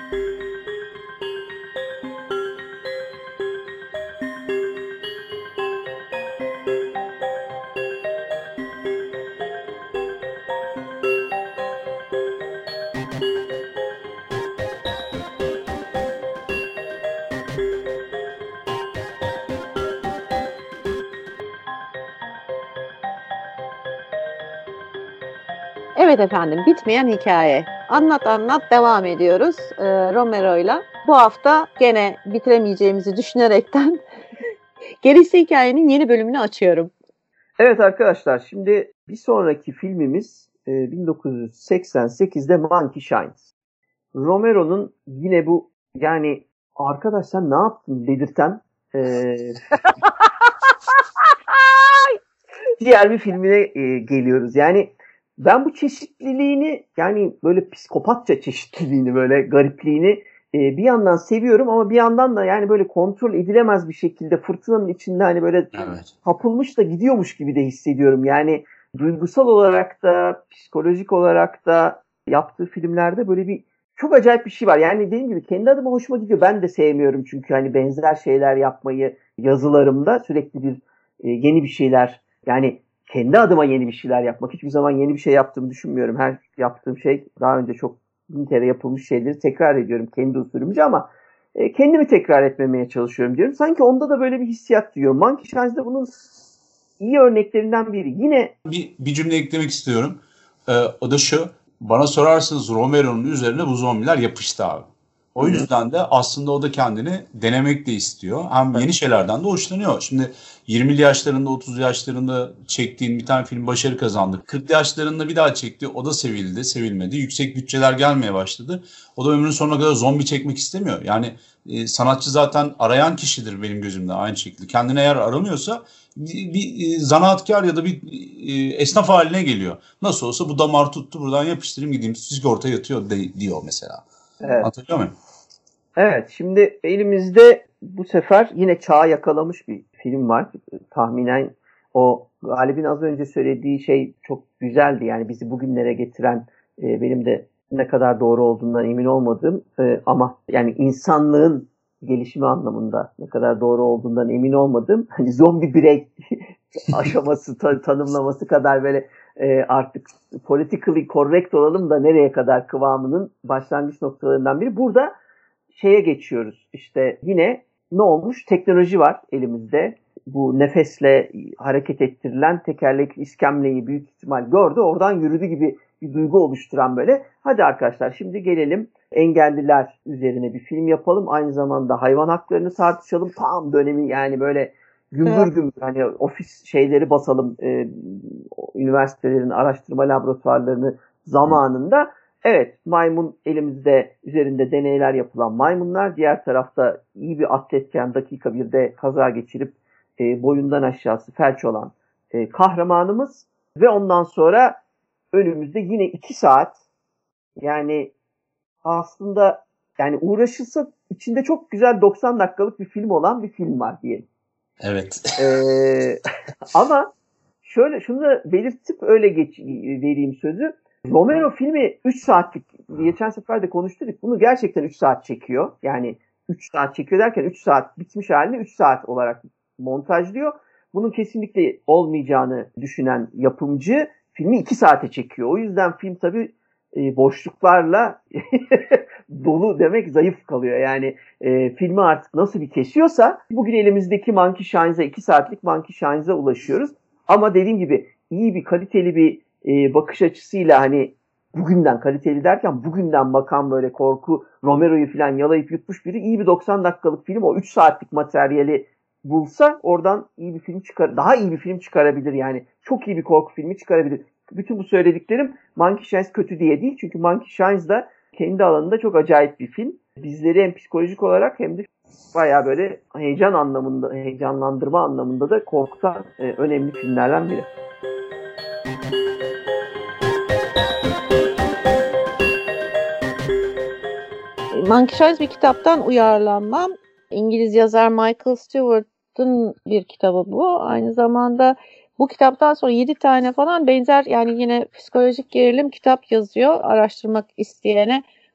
Evet efendim, bitmeyen hikaye. Anlat anlat devam ediyoruz Romero'yla. Bu hafta gene bitiremeyeceğimizi düşünerekten gerisi hikayenin yeni bölümünü açıyorum. Evet arkadaşlar, şimdi bir sonraki filmimiz 1988'de Monkey Shines. Romero'nun yine bu, yani arkadaş sen ne yaptın dedirten diğer bir filmine geliyoruz. Yani ben bu çeşitliliğini, yani böyle psikopatça çeşitliliğini, böyle garipliğini bir yandan seviyorum ama bir yandan da yani böyle kontrol edilemez bir şekilde fırtınanın içinde hani böyle kapılmış da gidiyormuş gibi de hissediyorum. Yani duygusal olarak da psikolojik olarak da yaptığı filmlerde böyle bir çok acayip bir şey var. Yani dediğim gibi kendi adıma hoşuma gidiyor. Ben de sevmiyorum çünkü hani benzer şeyler yapmayı yazılarımda sürekli bir yeni bir şeyler, yani kendi adıma yeni bir şeyler yapmak. Hiçbir zaman yeni bir şey yaptığımı düşünmüyorum. Her yaptığım şey daha önce çok bin kere yapılmış şeyleri tekrar ediyorum kendi usulümce ama kendimi tekrar etmemeye çalışıyorum diyorum. Sanki onda da böyle bir hissiyat duyuyorum. Monkey Shines'da bunun iyi örneklerinden biri. Yine bir cümle eklemek istiyorum. O da şu. Bana sorarsanız Romero'nun üzerine bu zombiler yapıştı abi. O yüzden de aslında o da kendini denemek de istiyor. Hem yeni şeylerden de hoşlanıyor. Şimdi 20'li yaşlarında, 30 yaşlarında çektiğin bir tane film başarı kazandı. 40 yaşlarında bir daha çekti. O da sevildi, sevilmedi. Yüksek bütçeler gelmeye başladı. O da ömrünün sonuna kadar zombi çekmek istemiyor. Yani sanatçı zaten arayan kişidir benim gözümde aynı şekilde. Kendini eğer aramıyorsa bir zanaatkar ya da bir esnaf haline geliyor. Nasıl olsa bu damar tuttu, buradan yapıştırayım gideyim sigorta yatıyor diyor mesela. Evet. Anlatabiliyor muyum? Evet, şimdi elimizde bu sefer yine çağı yakalamış bir film var. Tahminen o Galip'in az önce söylediği şey çok güzeldi. Yani bizi bugünlere getiren, benim de ne kadar doğru olduğundan emin olmadığım ama yani insanlığın gelişimi anlamında ne kadar doğru olduğundan emin olmadığım, hani zombi birey aşaması tanımlaması kadar böyle artık politically correct olalım da nereye kadar kıvamının başlangıç noktalarından biri. Burada şeye geçiyoruz. İşte yine ne olmuş? Teknoloji var elimizde. Bu nefesle hareket ettirilen tekerlekli iskemleyi büyük ihtimal gördü. Oradan yürüdü gibi bir duygu oluşturan böyle. Hadi arkadaşlar şimdi gelelim engelliler üzerine bir film yapalım. Aynı zamanda hayvan haklarını tartışalım. Tam dönemi, yani böyle gümbür gümbür hani ofis şeyleri basalım. Üniversitelerin araştırma laboratuvarlarını zamanında. Evet, maymun elimizde, üzerinde deneyler yapılan maymunlar. Diğer tarafta iyi bir atletken dakika birde kaza geçirip boyundan aşağısı felç olan kahramanımız. Ve ondan sonra önümüzde yine 2 saat, yani aslında yani uğraşılsa içinde çok güzel 90 dakikalık bir film olan bir film var diyelim. Evet. Ama şöyle şunu da belirtip öyle vereyim sözü. Romero filmi 3 saatlik, geçen sefer de konuştuk. Bunu gerçekten 3 saat çekiyor. Yani 3 saat çekiyor derken 3 saat bitmiş halini 3 saat olarak montajlıyor. Bunun kesinlikle olmayacağını düşünen yapımcı filmi 2 saate çekiyor. O yüzden film tabii boşluklarla dolu demek zayıf kalıyor. Yani filmi artık nasıl bir kesiyorsa bugün elimizdeki Monkey Shines'a 2 saatlik Monkey Shines'a ulaşıyoruz. Ama dediğim gibi iyi bir kaliteli bir bakış açısıyla, hani bugünden kaliteli derken bugünden bakan böyle korku Romero'yu falan yalayıp yutmuş biri iyi bir 90 dakikalık film o 3 saatlik materyali bulsa oradan iyi bir film daha iyi bir film çıkarabilir yani. Çok iyi bir korku filmi çıkarabilir. Bütün bu söylediklerim Monkey Shines kötü diye değil. Çünkü Monkey Shines da kendi alanında çok acayip bir film. Bizleri hem psikolojik olarak hem de bayağı böyle heyecan anlamında, heyecanlandırma anlamında da korkutan önemli filmlerden biri. Monkey Shines bir kitaptan uyarlanma. İngiliz yazar Michael Stewart'ın bir kitabı bu. Aynı zamanda bu kitaptan sonra 7 tane falan benzer, yani yine psikolojik gerilim kitap yazıyor. Araştırmak isteyene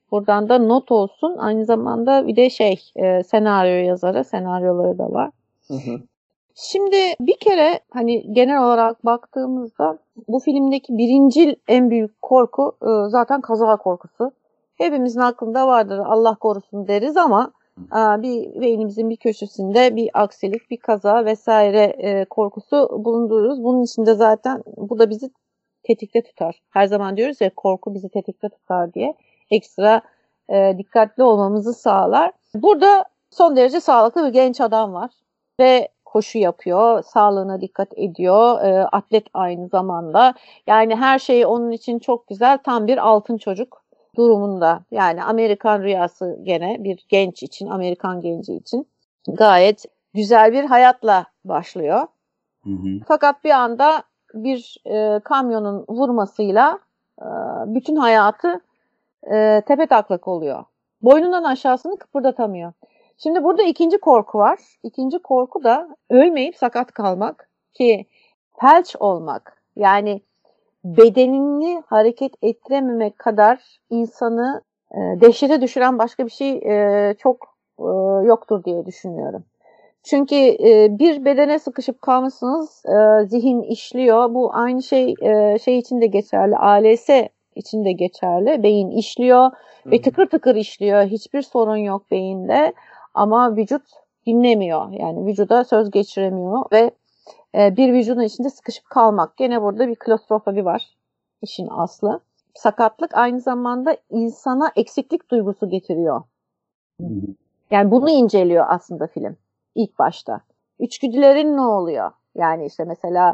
Buradan da not olsun. Aynı zamanda bir de senaryo yazarı, senaryoları da var. Hı hı. Şimdi bir kere hani genel olarak baktığımızda bu filmdeki birincil en büyük korku zaten kaza korkusu. Hepimizin aklında vardır, Allah korusun deriz ama bir beynimizin bir köşesinde bir aksilik, bir kaza vesaire korkusu bulundururuz. Bunun için de zaten bu da bizi tetikte tutar. Her zaman diyoruz ya, korku bizi tetikte tutar diye. Ekstra dikkatli olmamızı sağlar. Burada son derece sağlıklı bir genç adam var ve koşu yapıyor, sağlığına dikkat ediyor, atlet aynı zamanda. Yani her şey onun için çok güzel, tam bir altın çocuk durumunda. Yani Amerikan rüyası, gene bir genç için, Amerikan genci için gayet güzel bir hayatla başlıyor. Hı hı. Fakat bir anda bir kamyonun vurmasıyla bütün hayatı tepetaklak oluyor. Boynundan aşağısını kıpırdatamıyor. Şimdi burada ikinci korku var. İkinci korku da ölmeyip sakat kalmak, ki felç olmak. Yani bedenini hareket ettirememek kadar insanı dehşete düşüren başka bir şey çok yoktur diye düşünüyorum. Çünkü bir bedene sıkışıp kalmışsınız, zihin işliyor. Bu aynı şey için de geçerli, ALS için de geçerli. Beyin işliyor ve tıkır tıkır işliyor. Hiçbir sorun yok beyinde ama vücut dinlemiyor. Yani vücuda söz geçiremiyor ve bir vücudun içinde sıkışıp kalmak. Gene burada bir klostrofobi var, işin aslı. Sakatlık aynı zamanda insana eksiklik duygusu getiriyor. Yani bunu inceliyor aslında film ilk başta. İçgüdülerin ne oluyor? Yani işte mesela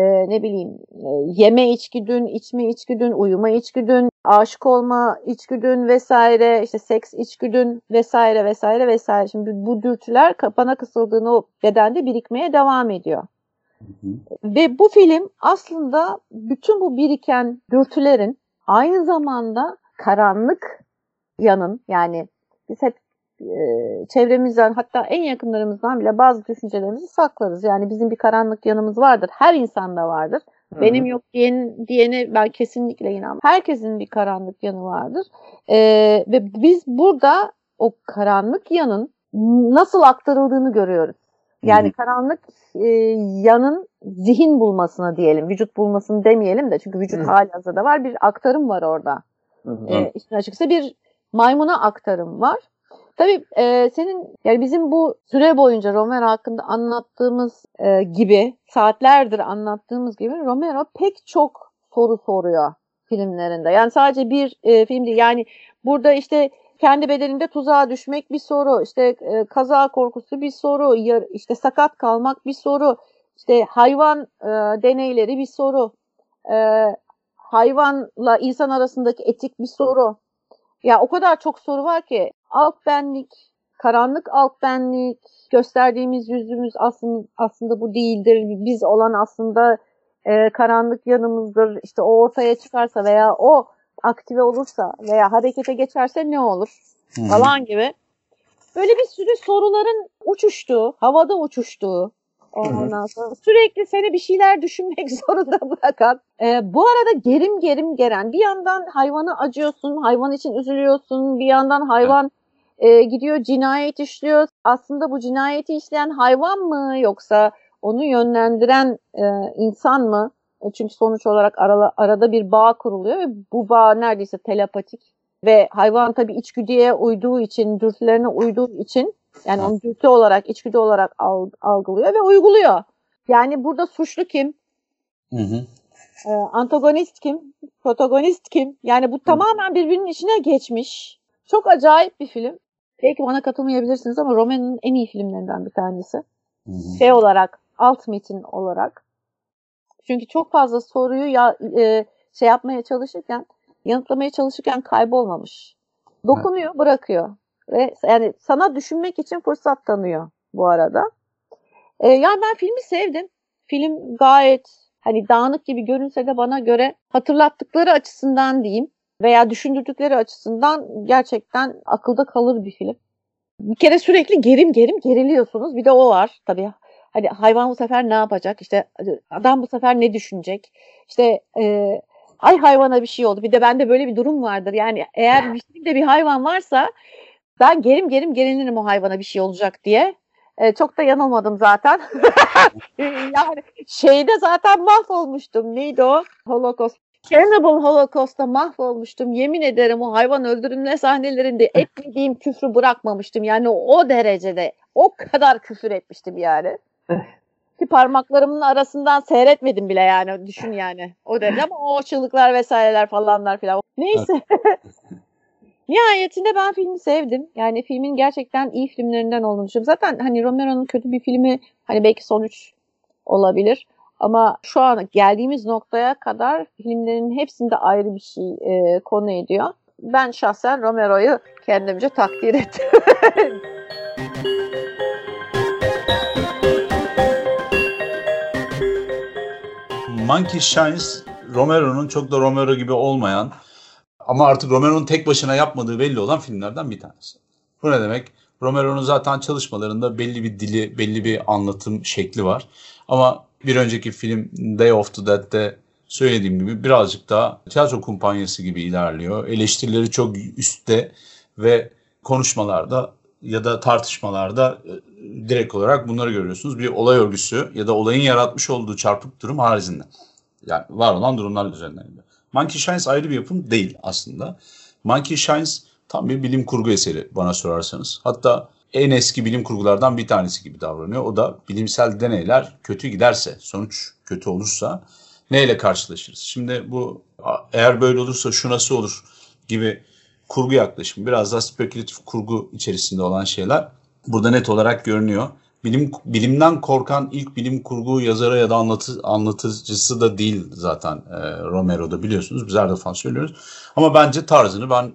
yeme içgüdün, içme içgüdün, uyuma içgüdün, aşık olma içgüdün vesaire, işte seks içgüdün vesaire vesaire vesaire. Şimdi bu dürtüler kapana kısıldığında o bedende birikmeye devam ediyor. Ve bu film aslında bütün bu biriken dürtülerin aynı zamanda karanlık yanın, yani biz hep çevremizden, hatta en yakınlarımızdan bile bazı düşüncelerimizi saklarız. Yani bizim bir karanlık yanımız vardır. Her insanda vardır. Hı-hı. Benim yok diyene ben kesinlikle inanmam. Herkesin bir karanlık yanı vardır. Ve biz burada o karanlık yanın nasıl aktarıldığını görüyoruz. Yani karanlık yanın zihin bulmasına diyelim, vücut bulmasını demeyelim de, çünkü vücut halihazırda var, bir aktarım var orada. İşin açıkçası bir maymuna aktarım var. Tabii yani bizim bu süre boyunca Romero hakkında anlattığımız gibi, saatlerdir anlattığımız gibi, Romero pek çok soru soruyor filmlerinde. Yani sadece bir film değil. Yani burada işte kendi bedeninde tuzağa düşmek bir soru, işte kaza korkusu bir soru, işte sakat kalmak bir soru, işte hayvan deneyleri bir soru, hayvanla insan arasındaki etik bir soru. Ya o kadar çok soru var ki, alt benlik, karanlık alt benlik, gösterdiğimiz yüzümüz aslında bu değildir. Biz olan aslında karanlık yanımızdır. İşte o ortaya çıkarsa veya o aktive olursa veya harekete geçerse ne olur falan gibi. Böyle bir sürü soruların uçuştuğu, havada uçuştuğu, ondan sonra sürekli seni bir şeyler düşünmek zorunda bırakan, bu arada gerim gelen, bir yandan hayvana acıyorsun, hayvan için üzülüyorsun, bir yandan hayvan gidiyor cinayet işliyor. Aslında bu cinayeti işleyen hayvan mı, yoksa onu yönlendiren insan mı? Çünkü sonuç olarak arada bir bağ kuruluyor ve bu bağ neredeyse telepatik. Ve hayvan tabii içgüdüye uyduğu için, dürtülerine uyduğu için, yani onu dürtü olarak, içgüdü olarak algılıyor ve uyguluyor. Yani burada suçlu kim? Antagonist kim? Protagonist kim? Yani bu tamamen birbirinin içine geçmiş. Çok acayip bir film. Belki bana katılmayabilirsiniz ama Romero'nun en iyi filmlerinden bir tanesi. Olarak, alt metin olarak. Çünkü çok fazla soruyu yanıtlamaya çalışırken kaybolmamış. Dokunuyor, bırakıyor. Ve yani sana düşünmek için fırsat tanıyor bu arada. Yani ben filmi sevdim. Film gayet hani dağınık gibi görünse de bana göre hatırlattıkları açısından diyeyim veya düşündürdükleri açısından gerçekten akılda kalır bir film. Bir kere sürekli geriliyorsunuz. Bir de o var tabii. Hani hayvan bu sefer ne yapacak? İşte adam bu sefer ne düşünecek? İşte Ay hayvana bir şey oldu. Bir de bende böyle bir durum vardır. Yani eğer bir şeyde bir hayvan varsa ben gerinirim o hayvana bir şey olacak diye. Çok da yanılmadım zaten. Yani şeyde zaten mahvolmuştum. Neydi o? Holocaust. Cannibal Holocaust'ta mahvolmuştum. Yemin ederim o hayvan öldürülme sahnelerinde etmediğim küfrü bırakmamıştım. Yani o derecede. O kadar küfür etmiştim yani. Ki parmaklarımın arasından seyretmedim bile yani. Düşün yani. O derece ama o çığlıklar vesaireler falanlar filan. Neyse. Nihayetinde ben filmi sevdim. Yani filmin gerçekten iyi filmlerinden olduğunu düşünüyorum. Zaten hani Romero'nun kötü bir filmi hani belki sonuç olabilir. Ama şu an geldiğimiz noktaya kadar filmlerin hepsinde ayrı bir şey konu ediyor. Ben şahsen Romero'yu kendimce takdir ettim. Monkey Shines, Romero'nun çok da Romero gibi olmayan ama artık Romero'nun tek başına yapmadığı belli olan filmlerden bir tanesi. Bu ne demek? Romero'nun zaten çalışmalarında belli bir dili, belli bir anlatım şekli var. Ama bir önceki film Day of the Dead'de söylediğim gibi birazcık daha tiyatro kumpanyası gibi ilerliyor. Eleştirileri çok üstte ve konuşmalarda ya da tartışmalarda direkt olarak bunları görüyorsunuz. Bir olay örgüsü ya da olayın yaratmış olduğu çarpık durum haricinde. Yani var olan durumlar üzerinden. Monkey Shines ayrı bir yapım değil aslında. Monkey Shines tam bir bilim kurgu eseri bana sorarsanız. Hatta en eski bilim kurgulardan bir tanesi gibi davranıyor. O da bilimsel deneyler kötü giderse, sonuç kötü olursa neyle karşılaşırız? Şimdi bu eğer böyle olursa şu nasıl olur gibi kurgu yaklaşım, biraz daha spekülatif kurgu içerisinde olan şeyler burada net olarak görünüyor. Bilimden korkan ilk bilim kurgu yazarı ya da anlatıcısı da değil zaten Romero'da, biliyorsunuz. Biz her defa söylüyoruz. Ama bence tarzını ben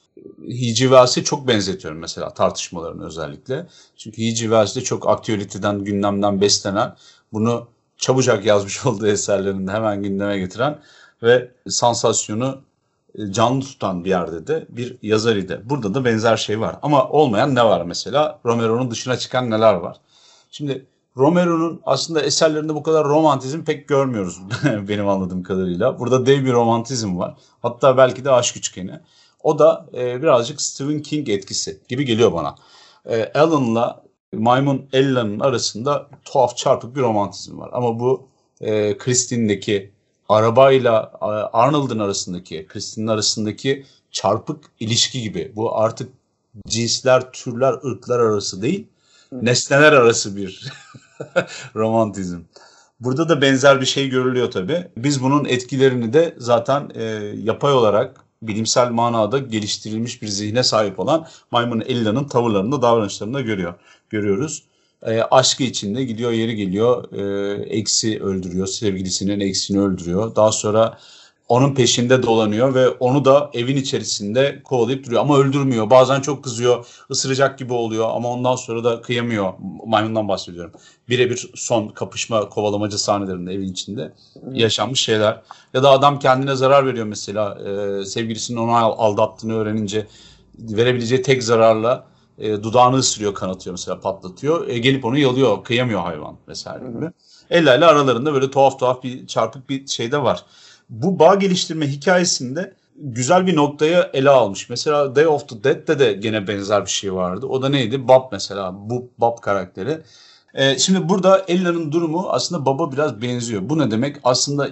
H.G. Wells'e çok benzetiyorum mesela, tartışmalarını özellikle. Çünkü H.G. Wells de çok aktüeliteden, gündemden beslenen, bunu çabucak yazmış olduğu eserlerinde hemen gündeme getiren ve sansasyonu canlı tutan bir yerde de bir yazar idi. Burada da benzer şey var. Ama olmayan ne var mesela? Romero'nun dışına çıkan neler var? Şimdi Romero'nun aslında eserlerinde bu kadar romantizm pek görmüyoruz benim anladığım kadarıyla. Burada dev bir romantizm var. Hatta belki de aşk üçgeni. O da birazcık Stephen King etkisi gibi geliyor bana. Alan'la maymun Ella'nın arasında tuhaf çarpık bir romantizm var. Ama bu Christine'deki arabayla Arnold'un arasındaki, Christine'in arasındaki çarpık ilişki gibi. Bu artık cinsler, türler, ırklar arası değil, nesneler arası bir romantizm. Burada da benzer bir şey görülüyor tabii. Biz bunun etkilerini de zaten yapay olarak bilimsel manada geliştirilmiş bir zihne sahip olan maymun Ella'nın tavırlarında, davranışlarında görüyoruz. Aşkı içinde gidiyor, yeri geliyor, eksi öldürüyor, sevgilisinin eksini öldürüyor. Daha sonra onun peşinde dolanıyor ve onu da evin içerisinde kovalayıp duruyor. Ama öldürmüyor. Bazen çok kızıyor, ısıracak gibi oluyor ama ondan sonra da kıyamıyor. Maymundan bahsediyorum. Birebir son kapışma, kovalamacı sahnelerinde evin içinde yaşanmış şeyler. Ya da adam kendine zarar veriyor mesela. Sevgilisinin onu aldattığını öğrenince verebileceği tek zararla dudağını ısırıyor, kanatıyor mesela, patlatıyor. Gelip onu yalıyor, kıyamıyor hayvan vesaire gibi. Ella ile aralarında böyle tuhaf bir çarpık bir şey de var. Bu bağ geliştirme hikayesinde güzel bir noktaya ele almış. Mesela Day of the Dead'de de gene benzer bir şey vardı. O da neydi? Bob mesela. Bu Bob karakteri. Şimdi burada Ella'nın durumu aslında Bob'a biraz benziyor. Bu ne demek? Aslında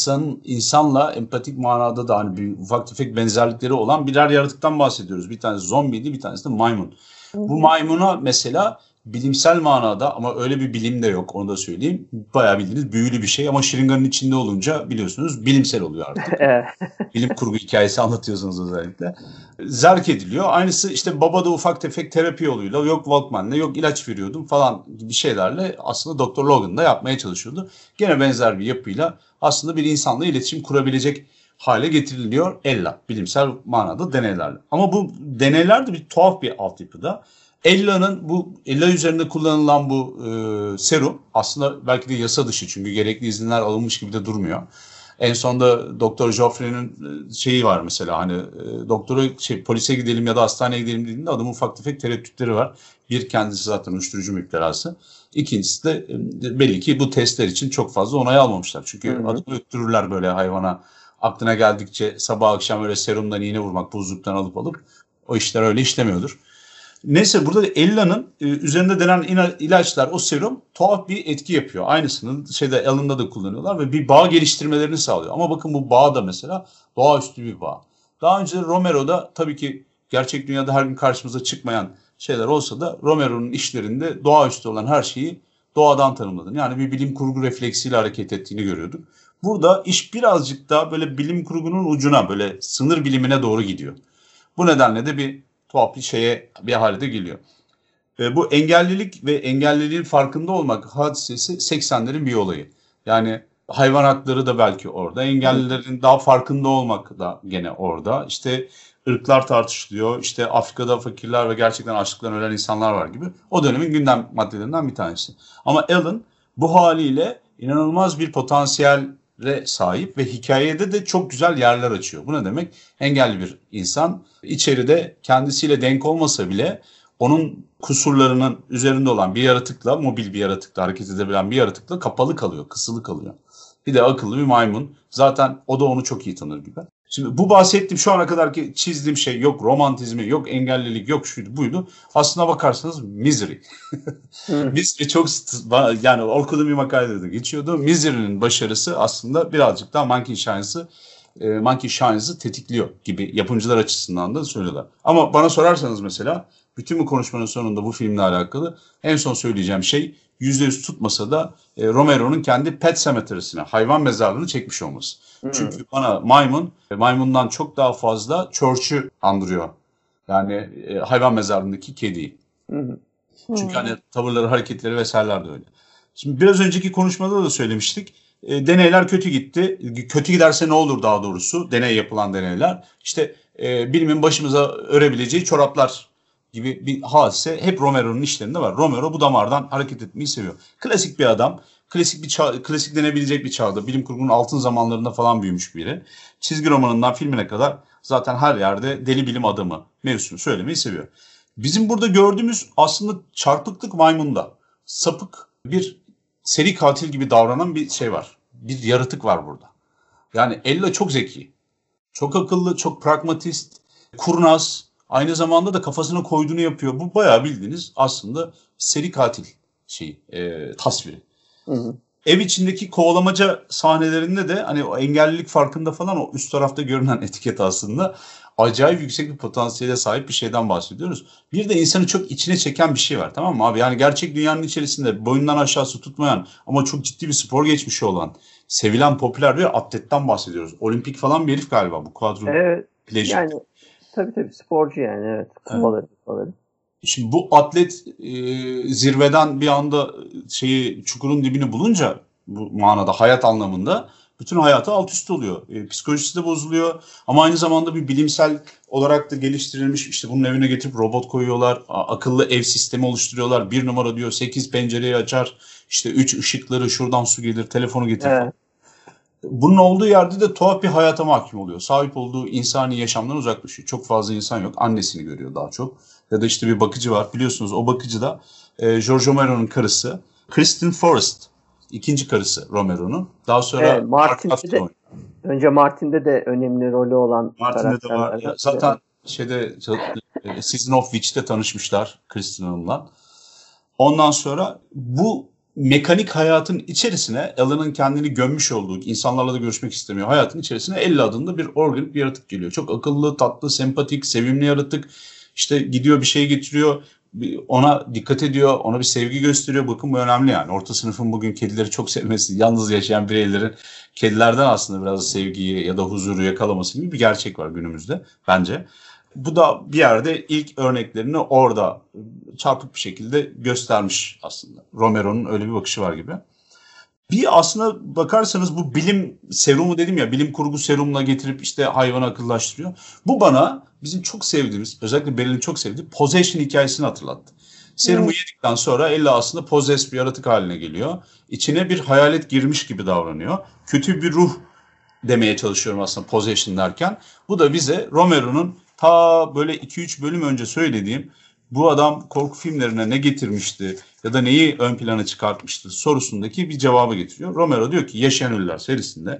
insanla empatik manada da hani bir ufak tefek benzerlikleri olan birer yaratıktan bahsediyoruz. Bir tanesi zombiydi, bir tanesi de maymun. Bu maymuna mesela bilimsel manada, ama öyle bir bilim de yok, onu da söyleyeyim. Bayağı bildiğiniz büyülü bir şey ama şırınganın içinde olunca biliyorsunuz bilimsel oluyor artık. Bilim kurgu hikayesi anlatıyorsunuz özellikle. Zerk ediliyor. Aynısı işte baba da ufak tefek terapi yoluyla, yok Walkman'la, yok ilaç veriyordum falan gibi şeylerle aslında Dr. Logan da yapmaya çalışıyordu. Gene benzer bir yapıyla aslında bir insanla iletişim kurabilecek hale getiriliyor Ella. Bilimsel manada deneylerle. Ama bu deneyler de bir tuhaf bir altyapıda. Ella üzerinde kullanılan bu serum aslında belki de yasa dışı, çünkü gerekli izinler alınmış gibi de durmuyor. En sonunda Doktor Joffrey'nin şeyi var mesela, hani polise gidelim ya da hastaneye gidelim dediğinde adamın ufak tefek tereddütleri var. Bir, kendisi zaten uyuşturucu müptelası. İkincisi de belli ki bu testler için çok fazla onay almamışlar. Çünkü adamı öttürürler böyle hayvana aklına geldikçe sabah akşam öyle serumdan iğne vurmak, buzluktan alıp o işler öyle işlemiyordur. Neyse burada Ella'nın üzerinde denen ilaçlar, o serum tuhaf bir etki yapıyor. Aynısını Alan'da da kullanıyorlar ve bir bağ geliştirmelerini sağlıyor. Ama bakın bu bağ da mesela doğaüstü bir bağ. Daha önce Romero'da tabii ki gerçek dünyada her gün karşımıza çıkmayan şeyler olsa da Romero'nun işlerinde doğaüstü olan her şeyi doğadan tanımladığını, yani bir bilim kurgu refleksiyle hareket ettiğini görüyorduk. Burada iş birazcık daha böyle bilim kurgunun ucuna, böyle sınır bilimine doğru gidiyor. Bu nedenle de bir tuhaf bir halde geliyor. Bu engellilik ve engelliliğin farkında olmak hadisesi 80'lerin bir olayı. Yani hayvan hakları da belki orada. Engellilerin daha farkında olmak da gene orada. İşte ırklar tartışılıyor. İşte Afrika'da fakirler ve gerçekten açlıktan ölen insanlar var gibi. O dönemin gündem maddelerinden bir tanesi. Ama Alan bu haliyle inanılmaz bir potansiyele sahip ve hikayede de çok güzel yerler açıyor. Bu ne demek? Engelli bir insan içeride kendisiyle denk olmasa bile onun kusurlarının üzerinde olan bir yaratıkla, mobil bir yaratıkla, hareket edebilen bir yaratıkla kapalı kalıyor, kısılı kalıyor. Bir de akıllı bir maymun. Zaten o da onu çok iyi tanır gibi. Şimdi bu bahsettiğim, şu ana kadarki çizdiğim şey, yok romantizmi, yok engellilik, yok şuydu buydu. Aslına bakarsanız Misery. Misery çok, yani okuduğum bir makalede de geçiyordu. Misery'nin başarısı aslında birazcık daha Monkey Shines'ı tetikliyor gibi yapımcılar açısından da söylüyorlar. Ama bana sorarsanız mesela bütün bu konuşmanın sonunda bu filmle alakalı en son söyleyeceğim şey, %100 tutmasa da Romero'nun kendi Pet Cemetery'sine, hayvan mezarlığını çekmiş olması. Çünkü bana maymundan çok daha fazla Church'ü andırıyor. Yani hayvan mezarlığındaki kediyi. Çünkü hani tavırları, hareketleri vesaireler de öyle. Şimdi biraz önceki konuşmada da söylemiştik. Deneyler kötü gitti. Kötü giderse ne olur daha doğrusu? Yapılan deneyler. İşte bilimin başımıza örebileceği çoraplar gibi bir hadise hep Romero'nun işlerinde var. Romero bu damardan hareket etmeyi seviyor. Klasik bir adam. Klasik denebilecek bir çağda. Bilim kurgunun altın zamanlarında falan büyümüş biri. Çizgi romanından filmine kadar zaten her yerde deli bilim adamı mevzusunu söylemeyi seviyor. Bizim burada gördüğümüz aslında çarpıklık maymunda. Sapık bir seri katil gibi davranan bir şey var. Bir yaratık var burada. Yani Ella çok zeki, çok akıllı, çok pragmatist, kurnaz. Aynı zamanda da kafasına koyduğunu yapıyor. Bu bayağı bildiğiniz aslında seri katil tasviri. Ev içindeki kovalamaca sahnelerinde de hani o engellilik farkında falan, o üst tarafta görünen etiket aslında acayip yüksek bir potansiyele sahip bir şeyden bahsediyoruz. Bir de insanı çok içine çeken bir şey var, tamam mı abi? Yani gerçek dünyanın içerisinde boyundan aşağısı tutmayan ama çok ciddi bir spor geçmişi olan, sevilen, popüler bir atletten bahsediyoruz. Olimpik falan bir herif galiba bu quadriplegic. Yani tabii sporcu yani, evet. Kupaları. Şimdi bu atlet zirveden bir anda çukurun dibini bulunca, bu manada hayat anlamında bütün hayatı alt üst oluyor. Psikolojisi de bozuluyor ama aynı zamanda bir bilimsel olarak da geliştirilmiş, işte bunun evine getirip robot koyuyorlar. Akıllı ev sistemi oluşturuyorlar. 1 numara diyor 8 pencereyi açar. İşte 3 ışıkları, şuradan su gelir, telefonu getirir. Evet. Bunun olduğu yerde de tuhaf bir hayata mahkum oluyor. Sahip olduğu insani yaşamdan uzaklaşıyor. Çok fazla insan yok. Annesini görüyor daha çok. Ya da işte bir bakıcı var. Biliyorsunuz o bakıcı da George Romero'nun karısı. Kristen Forrest. İkinci karısı Romero'nun. Daha sonra önce Martin'de de önemli rolü olan Martin'de de var. Ya, zaten Season of Witch'te tanışmışlar Kristen Hanım'la. Ondan sonra bu mekanik hayatın içerisine, Alan'ın kendini gömmüş olduğu, insanlarla da görüşmek istemiyor hayatın içerisine Ella adında bir organik bir yaratık geliyor. Çok akıllı, tatlı, sempatik, sevimli yaratık. İşte gidiyor bir şey getiriyor, ona dikkat ediyor, ona bir sevgi gösteriyor. Bakın bu önemli yani. Orta sınıfın bugün kedileri çok sevmesi, yalnız yaşayan bireylerin kedilerden aslında biraz sevgiyi ya da huzuru yakalaması gibi bir gerçek var günümüzde bence. Bu da bir yerde ilk örneklerini orada çarpık bir şekilde göstermiş aslında. Romero'nun öyle bir bakışı var gibi. Bir aslına bakarsanız bu bilim serumu dedim ya, bilim kurgu serumla getirip işte hayvanı akıllaştırıyor. Bu bana bizim çok sevdiğimiz, özellikle Beril'in çok sevdiği Possession hikayesini hatırlattı. Serumu yedikten sonra Ella aslında possessed bir yaratık haline geliyor. İçine bir hayalet girmiş gibi davranıyor. Kötü bir ruh demeye çalışıyorum aslında Possession derken. Bu da bize Romero'nun ta böyle 2-3 bölüm önce söylediğim, bu adam korku filmlerine ne getirmişti ya da neyi ön plana çıkartmıştı sorusundaki bir cevabı getiriyor. Romero diyor ki Yaşayan Ölüler serisinde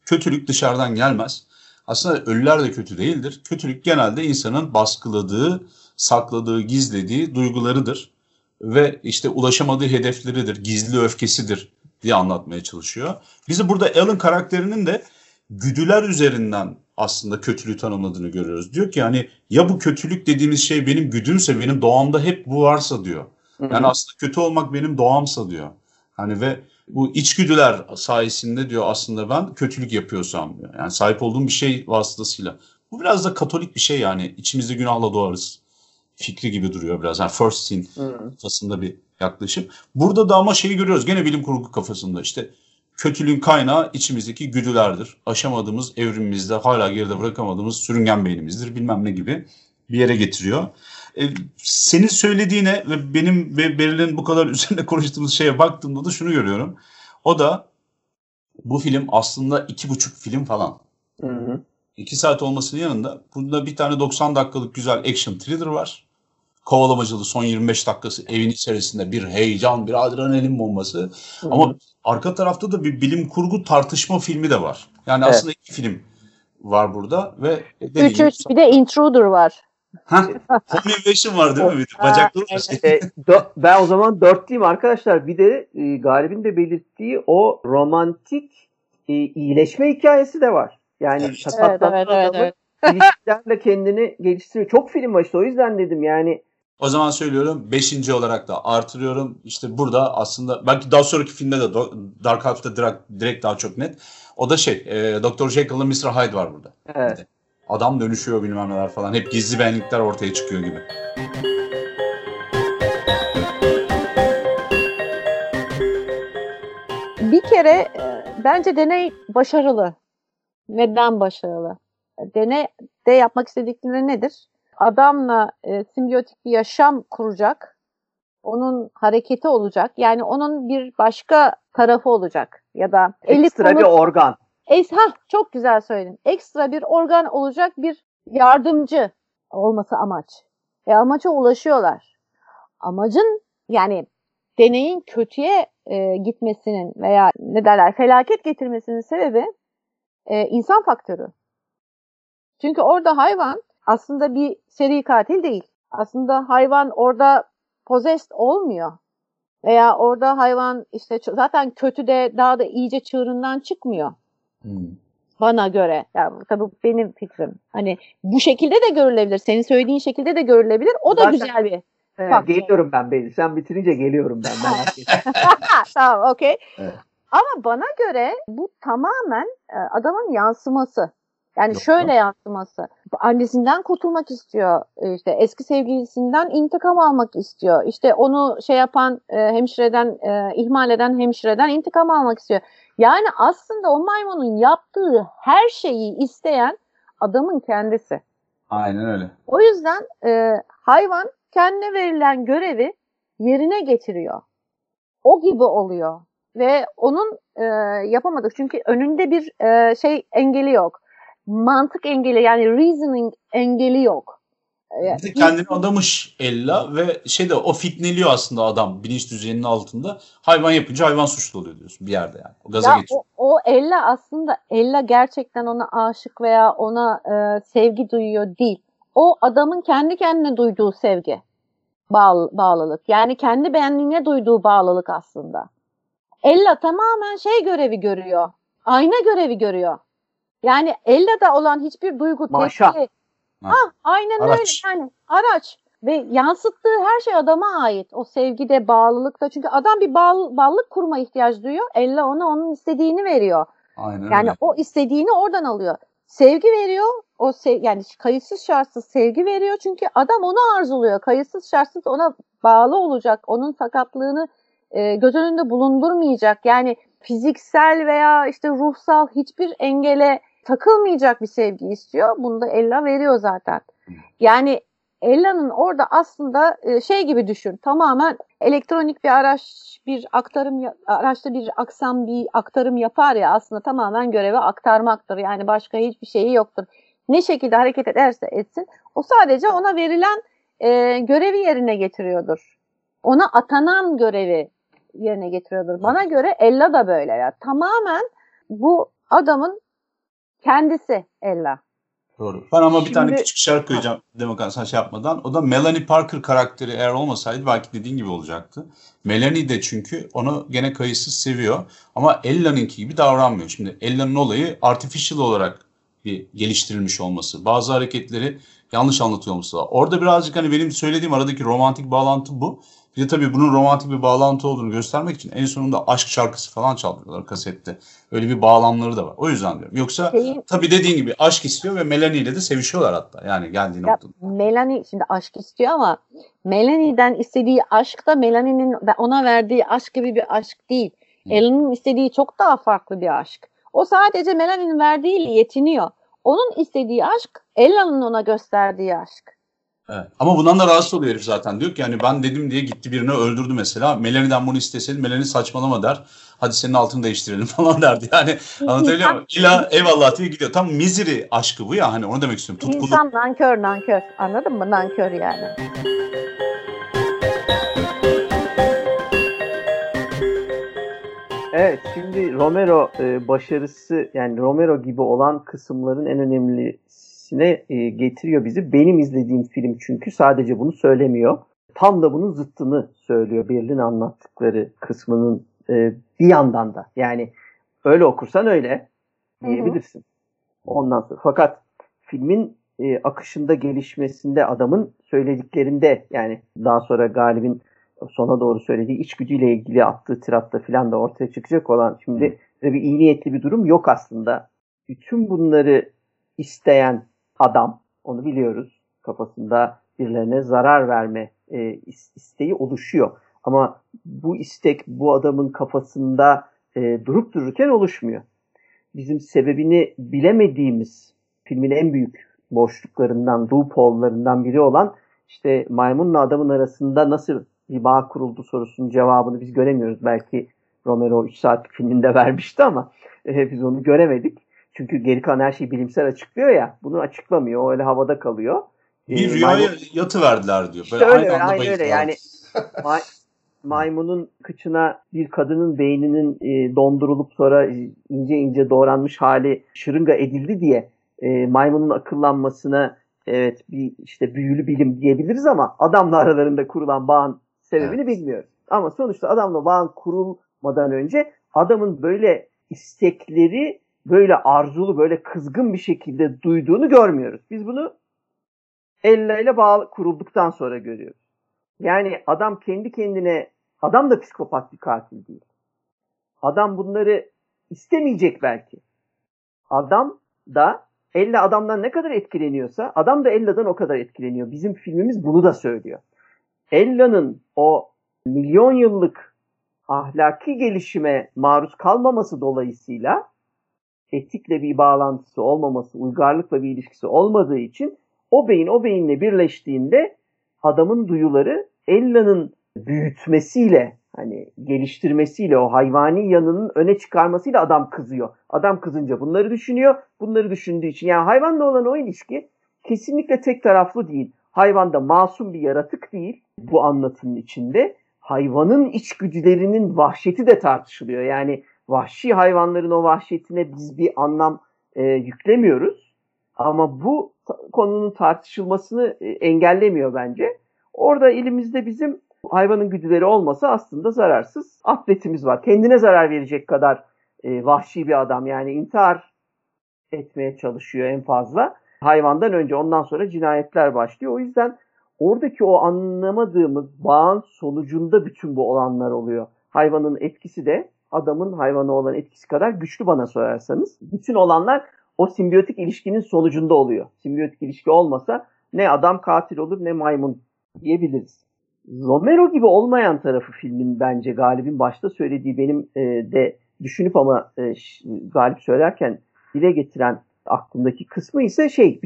kötülük dışarıdan gelmez. Aslında ölüler de kötü değildir. Kötülük genelde insanın baskıladığı, sakladığı, gizlediği duygularıdır. Ve işte ulaşamadığı hedefleridir, gizli öfkesidir diye anlatmaya çalışıyor. Bizi burada Alan karakterinin de güdüler üzerinden aslında kötülüğü tanımladığını görüyoruz. Diyor ki hani ya bu kötülük dediğimiz şey benim güdümse, benim doğamda hep bu varsa diyor. Yani aslında kötü olmak benim doğamsa diyor. Hani ve bu içgüdüler sayesinde diyor aslında ben kötülük yapıyorsam diyor. Yani sahip olduğum bir şey vasıtasıyla. Bu biraz da Katolik bir şey yani. İçimizde günahla doğarız fikri gibi duruyor biraz. Yani first sin kafasında bir yaklaşım. Burada da ama şeyi görüyoruz. Gene bilim kurgu kafasında işte kötülüğün kaynağı içimizdeki güdülerdir. Aşamadığımız, evrimimizde hala geride bırakamadığımız sürüngen beynimizdir. Bilmem ne gibi bir yere getiriyor. Senin söylediğine ve benim ve Beril'in bu kadar üzerine konuştuğumuz şeye baktığımda da şunu görüyorum. O da bu film aslında 2,5 film falan. 2 saat olmasının yanında bunda bir tane 90 dakikalık güzel action thriller var. Kovalamacılı son 25 dakikası evin içerisinde bir heyecan, bir adrenalin bombası. Ama arka tarafta da bir bilim kurgu tartışma filmi de var. Yani aslında 2 film var burada ve bir de Intruder var. Home Invasion var değil mi? Bacakları ben o zaman 4 diyeyim arkadaşlar. Bir de Galip'in de belirttiği o romantik iyileşme hikayesi de var. Yani evet. ilişkilerle kendini geliştiriyor. Çok film var işte, o yüzden dedim yani. O zaman söylüyorum 5. olarak da artırıyorum. İşte burada aslında belki daha sonraki filmde de Dark Half'ta direkt daha çok net. O da Dr. Jekyll ile Mr. Hyde var burada. Evet. Adam dönüşüyor bilmem neler falan. Hep gizli benlikler ortaya çıkıyor gibi. Bir kere bence deney başarılı. Neden başarılı? Deneyde yapmak istedikleri nedir? Adamla simbiyotik bir yaşam kuracak. Onun hareketi olacak. Yani onun bir başka tarafı olacak. Ya da ekstra bir organ. Çok güzel söyledin. Ekstra bir organ olacak, bir yardımcı olması amaç. Amaca ulaşıyorlar. Amacın yani deneyin kötüye gitmesinin veya felaket getirmesinin sebebi insan faktörü. Çünkü orada hayvan aslında bir seri katil değil. Aslında hayvan orada possessed olmuyor. Veya orada hayvan işte zaten kötü de daha da iyice çığırından çıkmıyor. Bana göre. Yani tabii benim fikrim. Hani bu şekilde de görülebilir. Senin söylediğin şekilde de görülebilir. O da güzel bir faktör. Geliyorum ben Beyli. Sen bitirince geliyorum ben. Tamam, okey. Evet. Ama bana göre bu tamamen adamın yansıması. Yani şöyle yansıması. Annesinden kurtulmak istiyor. İşte eski sevgilisinden intikam almak istiyor. İşte onu yapan hemşireden, ihmal eden hemşireden intikam almak istiyor. Yani aslında o maymunun yaptığı her şeyi isteyen adamın kendisi. Aynen öyle. O yüzden hayvan kendine verilen görevi yerine getiriyor. O gibi oluyor. Ve onun yapamadık. Çünkü önünde bir engeli yok. Mantık engeli, yani reasoning engeli yok. Bir de kendini adamış Ella ve o fitneliyor aslında adam bilinç düzeyinin altında. Hayvan yapınca hayvan suçlu oluyor diyorsun bir yerde yani. O gaza geçiyor. O Ella aslında gerçekten ona aşık veya ona sevgi duyuyor değil. O adamın kendi kendine duyduğu sevgi. Bağlılık. Yani kendi benliğine duyduğu bağlılık aslında. Ella tamamen görevi görüyor. Ayna görevi görüyor. Yani Ella'da olan hiçbir duygu, tepki. Aynen Araç. öyle yani. Araç. Ve yansıttığı her şey adama ait. O sevgide, bağlılıkta. Çünkü adam bir bağlılık kurma ihtiyacı duyuyor. Ella ona onun istediğini veriyor. Aynen yani öyle. O istediğini oradan alıyor. Sevgi veriyor. Yani kayıtsız şartsız sevgi veriyor. Çünkü adam onu arzuluyor. Kayıtsız şartsız ona bağlı olacak. Onun sakatlığını göz önünde bulundurmayacak. Yani fiziksel veya ruhsal hiçbir engele takılmayacak bir sevgi istiyor. Bunu da Ella veriyor zaten. Yani Ella'nın orada aslında gibi düşün. Tamamen elektronik bir araçta bir aktarım yapar ya, aslında tamamen görevi aktarmaktır. Yani başka hiçbir şeyi yoktur. Ne şekilde hareket ederse etsin, o sadece ona verilen görevi yerine getiriyordur. Ona atanan görevi yerine getiriyordur. Bana göre Ella da böyle ya. Tamamen bu adamın Kendisi Ella. Doğru. Ben ama bir tane Şimdi- küçük şarkı koyacağım Demokan sen şey yapmadan. O da Melanie Parker karakteri eğer olmasaydı belki dediğin gibi olacaktı. Melanie de çünkü onu gene kayıtsız seviyor. Ama Ella'nınki gibi davranmıyor. Şimdi Ella'nın olayı artificial olarak bir geliştirilmiş olması. Bazı hareketleri yanlış anlatıyor olması var. Orada birazcık hani benim söylediğim aradaki romantik bağlantı bu. Bir de tabii bunun romantik bir bağlantı olduğunu göstermek için en sonunda aşk şarkısı falan çaldırıyorlar kasette. Öyle bir bağlamları da var. O yüzden diyorum. Yoksa tabii dediğin gibi aşk istiyor ve Melanie ile de sevişiyorlar hatta. Yani geldiği noktada. Melanie şimdi aşk istiyor ama Melanie'den istediği aşk da Melanie'nin ona verdiği aşk gibi bir aşk değil. Ella'nın istediği çok daha farklı bir aşk. O sadece Melanie'nin verdiğiyle yetiniyor. Onun istediği aşk Ella'nın ona gösterdiği aşk. Evet. Ama bundan da rahatsız oluyor herif zaten. Diyor ki yani ben dedim diye gitti birini öldürdü mesela. Melanie'den bunu isteseydi Melanie saçmalama der. Hadi senin altını değiştirelim falan derdi. Yani anlatabiliyor muyum? İlla eyvallah diye gidiyor. Tam misery aşkı bu ya. Hani onu demek istiyorum. Tutkuluk. İnsan nankör. Anladın mı? Nankör yani. Evet, şimdi Romero başarısı, yani Romero gibi olan kısımların en önemlisine getiriyor bizi. Benim izlediğim film çünkü sadece bunu söylemiyor. Tam da bunun zıttını söylüyor Berlin anlattıkları kısmının bir yandan da. Yani öyle okursan öyle diyebilirsin. Ondan sonra. Fakat filmin akışında, gelişmesinde, adamın söylediklerinde, yani daha sonra Galip'in sona doğru söylediği içgüdüyle ilgili attığı tiratta filan da ortaya çıkacak olan, şimdi bir iyi niyetli bir durum yok aslında. Bütün bunları isteyen adam, onu biliyoruz, kafasında birilerine zarar verme isteği oluşuyor. Ama bu istek bu adamın kafasında durup dururken oluşmuyor. Bizim sebebini bilemediğimiz filmin en büyük boşluklarından, loophole'larından biri olan işte maymunla adamın arasında nasıl bir bağ kuruldu sorusunun cevabını biz göremiyoruz. Belki Romero 3 saatlik filminde vermişti ama biz onu göremedik. Çünkü geri kalan her şeyi bilimsel açıklıyor ya. Bunu açıklamıyor. O öyle havada kalıyor. Bir rüyaya yatıverdiler diyor. İşte Böyle öyle, aynı anda aynı öyle. Yani maymunun kıçına bir kadının beyninin dondurulup sonra ince ince doğranmış hali şırınga edildi diye maymunun akıllanmasına evet bir işte büyülü bilim diyebiliriz ama adamla aralarında kurulan bağın sebebini bilmiyoruz. Ama sonuçta adamla bağın kurulmadan önce adamın böyle istekleri, böyle arzulu, böyle kızgın bir şekilde duyduğunu görmüyoruz. Biz bunu Ella ile bağ kurulduktan sonra görüyoruz. Yani adam kendi kendine, adam da psikopat bir katil değil. Adam bunları istemeyecek belki. Adam da Ella adamdan ne kadar etkileniyorsa adam da Ella'dan o kadar etkileniyor. Bizim filmimiz bunu da söylüyor. Ella'nın o milyon yıllık ahlaki gelişime maruz kalmaması dolayısıyla etikle bir bağlantısı olmaması, uygarlıkla bir ilişkisi olmadığı için o beyinle birleştiğinde adamın duyuları Ella'nın büyütmesiyle, hani geliştirmesiyle, o hayvani yanının öne çıkarmasıyla adam kızıyor. Adam kızınca bunları düşünüyor. Bunları düşündüğü için, yani hayvanla olan o ilişki kesinlikle tek taraflı değil. Hayvan da masum bir yaratık değil bu anlatının içinde. Hayvanın içgüdülerinin vahşeti de tartışılıyor. Yani vahşi hayvanların o vahşetine biz bir anlam yüklemiyoruz. Ama bu konunun tartışılmasını engellemiyor bence. Orada elimizde bizim hayvanın güdüleri olmasa aslında zararsız atletimiz var. Kendine zarar verecek kadar vahşi bir adam, yani intihar etmeye çalışıyor en fazla. Hayvandan önce, ondan sonra cinayetler başlıyor. O yüzden oradaki o anlamadığımız bağın sonucunda bütün bu olanlar oluyor. Hayvanın etkisi de adamın hayvana olan etkisi kadar güçlü bana sorarsanız. Bütün olanlar o simbiyotik ilişkinin sonucunda oluyor. Simbiyotik ilişki olmasa ne adam katil olur ne maymun diyebiliriz. Romero gibi olmayan tarafı filmin, bence Galip'in başta söylediği, benim de düşünüp ama Galip söylerken dile getiren aklımdaki kısmı ise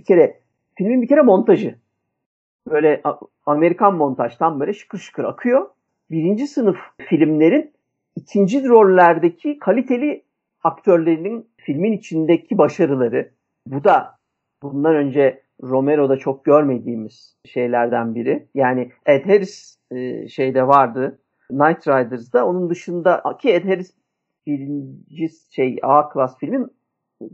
filmin bir kere montajı. Böyle Amerikan montaj, tam böyle şıkır şıkır akıyor. Birinci sınıf filmlerin ikinci rollerdeki kaliteli aktörlerinin filmin içindeki başarıları. Bu da bundan önce Romero'da çok görmediğimiz şeylerden biri. Yani Ed Harris şeyde vardı, Knight Riders'da. Onun dışında ki Ed Harris birinci A klas filmin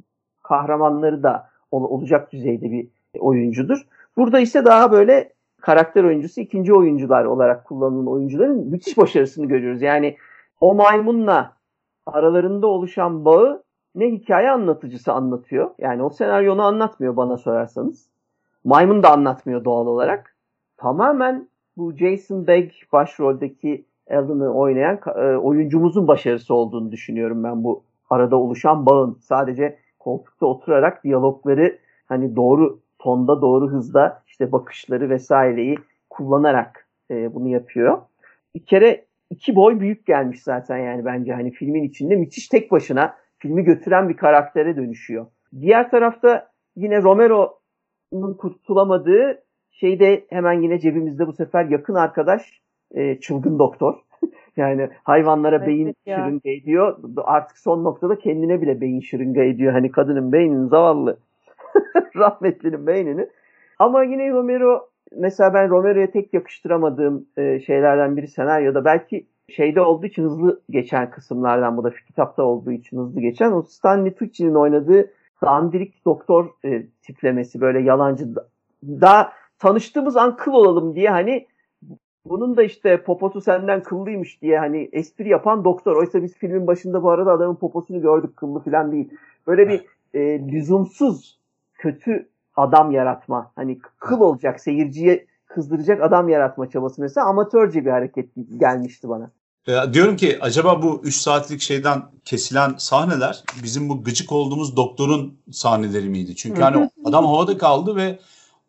kahramanları da olacak düzeyde bir oyuncudur. Burada ise daha böyle karakter oyuncusu, ikinci oyuncular olarak kullanılan oyuncuların müthiş başarısını görüyoruz. Yani o maymunla aralarında oluşan bağı ne hikaye anlatıcısı anlatıyor. Yani o senaryonu anlatmıyor bana sorarsanız. Maymun da anlatmıyor doğal olarak. Tamamen bu Jason Begg başroldeki Alan'ı oynayan oyuncumuzun başarısı olduğunu düşünüyorum ben bu arada oluşan bağın. Sadece koltukta oturarak diyalogları hani doğru tonda, doğru hızda işte bakışları vesaireyi kullanarak bunu yapıyor. Bir kere 2 boy büyük gelmiş zaten yani bence hani filmin içinde müthiş tek başına filmi götüren bir karaktere dönüşüyor. Diğer tarafta yine Romero'nun kurtulamadığı şeyde hemen yine cebimizde bu sefer yakın arkadaş çılgın doktor. Yani hayvanlara beyin şırınga ediyor. Artık son noktada kendine bile beyin şırınga ediyor. Hani kadının beynini zavallı rahmetlinin beynini. Ama yine Romero mesela ben Romero'ya tek yakıştıramadığım şeylerden biri senaryoda belki şeyde olduğu için hızlı geçen kısımlardan bu da kitapta olduğu için hızlı geçen o Stanley Tucci'nin oynadığı dandirik doktor tiplemesi böyle yalancı daha tanıştığımız an kıl olalım diye hani bunun da işte poposu senden kıllıymış diye hani espri yapan doktor. Oysa biz filmin başında bu arada adamın poposunu gördük kıllı falan değil. Böyle bir lüzumsuz kötü adam yaratma. Hani kıl olacak seyirciye kızdıracak adam yaratma çabası mesela amatörce bir hareket gelmişti bana. Diyorum ki acaba bu 3 saatlik şeyden kesilen sahneler bizim bu gıcık olduğumuz doktorun sahneleri miydi? Çünkü hani adam havada kaldı ve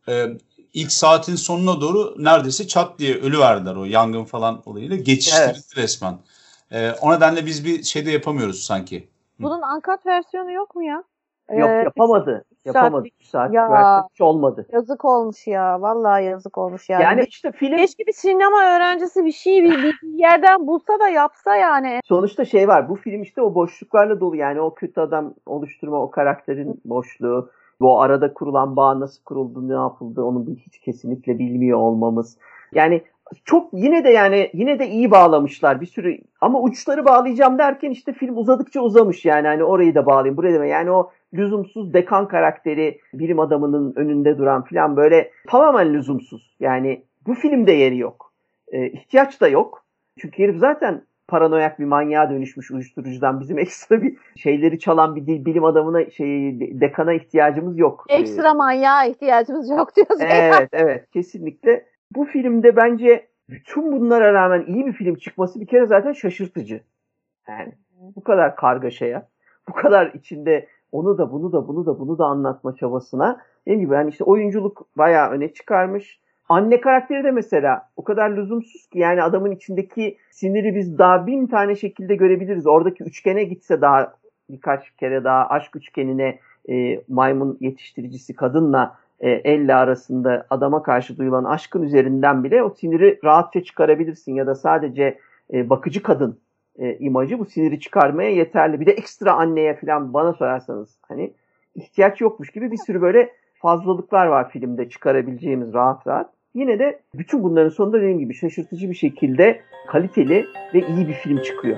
ilk saatin sonuna doğru neredeyse çat diye ölüverdiler o yangın falan olayıyla. Geçiştirildi resmen. O nedenle biz bir şey de yapamıyoruz sanki. Bunun uncut versiyonu yok mu ya? Yok yapamadı. Yapamadı. 3 saatlik versiyonu hiç olmadı. Yazık olmuş ya. Vallahi yazık olmuş yani. Yani işte film... Keşke bir sinema öğrencisi bir şey bir yerden bulsa da yapsa yani. Sonuçta şey var. Bu film işte o boşluklarla dolu. Yani o kötü adam oluşturma, o karakterin boşluğu, o arada kurulan bağ nasıl kuruldu, ne yapıldı onu hiç kesinlikle bilmiyor olmamız. Yani çok yine de iyi bağlamışlar bir sürü ama uçları bağlayacağım derken işte film uzadıkça uzamış yani hani orayı da bağlayayım buraya da yani o lüzumsuz dekan karakteri bilim adamının önünde duran falan böyle tamamen lüzumsuz yani bu filmde yeri yok ihtiyaç da yok çünkü herif zaten paranoyak bir manyağa dönüşmüş uyuşturucudan bizim ekstra bir şeyleri çalan bir bilim adamına dekana ihtiyacımız yok. Ekstra manyağa ihtiyacımız yok diyorsun. Evet kesinlikle. Bu filmde bence bütün bunlara rağmen iyi bir film çıkması bir kere zaten şaşırtıcı. Yani bu kadar kargaşaya, bu kadar içinde onu da bunu da anlatma çabasına. Dediğim gibi yani işte oyunculuk bayağı öne çıkarmış. Anne karakteri de mesela o kadar lüzumsuz ki yani adamın içindeki siniri biz daha 1000 tane şekilde görebiliriz. Oradaki üçgene gitse daha birkaç kere daha aşk üçgenine maymun yetiştiricisi kadınla elle arasında adama karşı duyulan aşkın üzerinden bile o siniri rahatça çıkarabilirsin ya da sadece bakıcı kadın imajı bu siniri çıkarmaya yeterli. Bir de ekstra anneye falan bana sorarsanız hani ihtiyaç yokmuş gibi bir sürü böyle fazlalıklar var filmde çıkarabileceğimiz rahat. Yine de bütün bunların sonunda dediğim gibi şaşırtıcı bir şekilde kaliteli ve iyi bir film çıkıyor.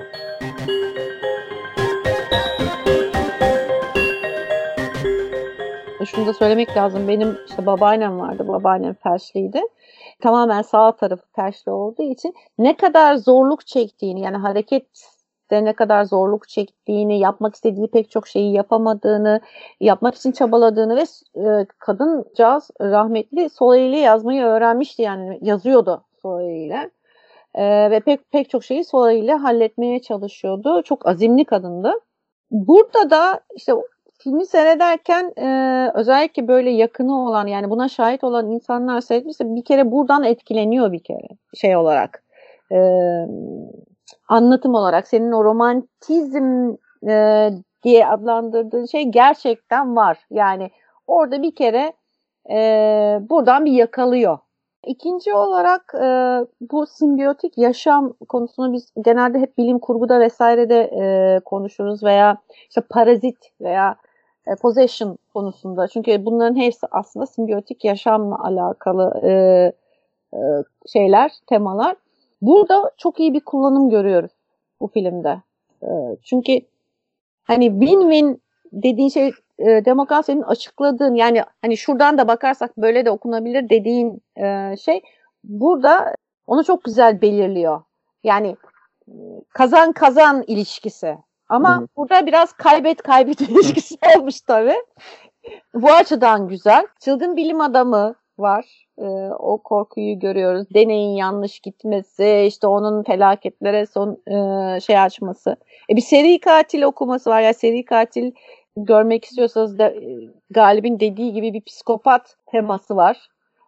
Şunu da söylemek lazım. Benim işte babaannem vardı. Babaannem felçliydi. Tamamen sağ tarafı felçli olduğu için ne kadar zorluk çektiğini yani harekette ne kadar zorluk çektiğini, yapmak istediği pek çok şeyi yapamadığını, yapmak için çabaladığını ve kadıncağız rahmetli sol eliyle yazmayı öğrenmişti yani yazıyordu sol eliyle. Ve pek çok şeyi sol eliyle halletmeye çalışıyordu. Çok azimli kadındı. Burada da işte filmi seyrederken özellikle böyle yakını olan yani buna şahit olan insanlar seyretmişse bir kere buradan etkileniyor bir kere şey olarak anlatım olarak senin o romantizm diye adlandırdığın şey gerçekten var yani orada bir kere buradan bir yakalıyor. İkinci olarak bu simbiyotik yaşam konusunu biz genelde hep bilim kurguda vesairede konuşuruz veya işte parazit veya possession konusunda. Çünkü bunların hepsi aslında simbiyotik yaşamla alakalı şeyler, temalar. Burada çok iyi bir kullanım görüyoruz bu filmde. Çünkü hani win-win dediğin şey Demokan senin açıkladığın, yani hani şuradan da bakarsak böyle de okunabilir dediğin şey burada onu çok güzel belirliyor. Yani kazan kazan ilişkisi. Ama burada biraz kaybet kaybet ilişkisi olmuş tabii. Bu açıdan güzel. Çılgın bilim adamı var. O korkuyu görüyoruz. Deneyin yanlış gitmesi, işte onun felaketlere son şey açması. Bir seri katil okuması var. Yani seri katil görmek istiyorsanız da Galip'in dediği gibi bir psikopat teması var.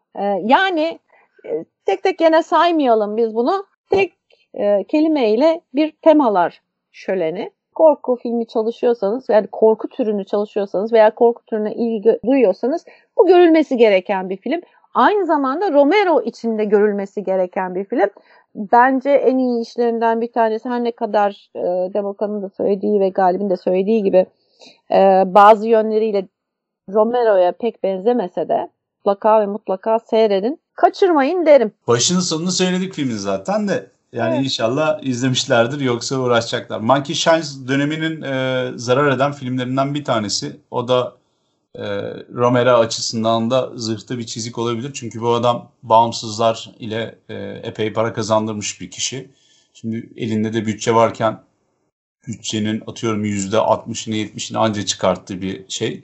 Yani tek tek gene saymayalım biz bunu. Tek kelimeyle bir temalar şöleni. Korku filmi çalışıyorsanız, yani korku türünü çalışıyorsanız veya korku türüne ilgi duyuyorsanız bu görülmesi gereken bir film. Aynı zamanda Romero için de görülmesi gereken bir film. Bence en iyi işlerinden bir tanesi, her ne kadar Demokan'ın da söylediği ve Galip'in de söylediği gibi bazı yönleriyle Romero'ya pek benzemese de mutlaka ve mutlaka seyredin. Kaçırmayın derim. Başını sonunu söyledik filmin zaten de. Yani evet. İnşallah izlemişlerdir, yoksa uğraşacaklar. Monkey Shines döneminin zarar eden filmlerinden bir tanesi. O da Romero açısından da zırhta bir çizik olabilir. Çünkü bu adam bağımsızlar ile epey para kazandırmış bir kişi. Şimdi elinde de bütçe varken bütçenin atıyorum %60'ını 70'ini anca çıkarttığı bir şey.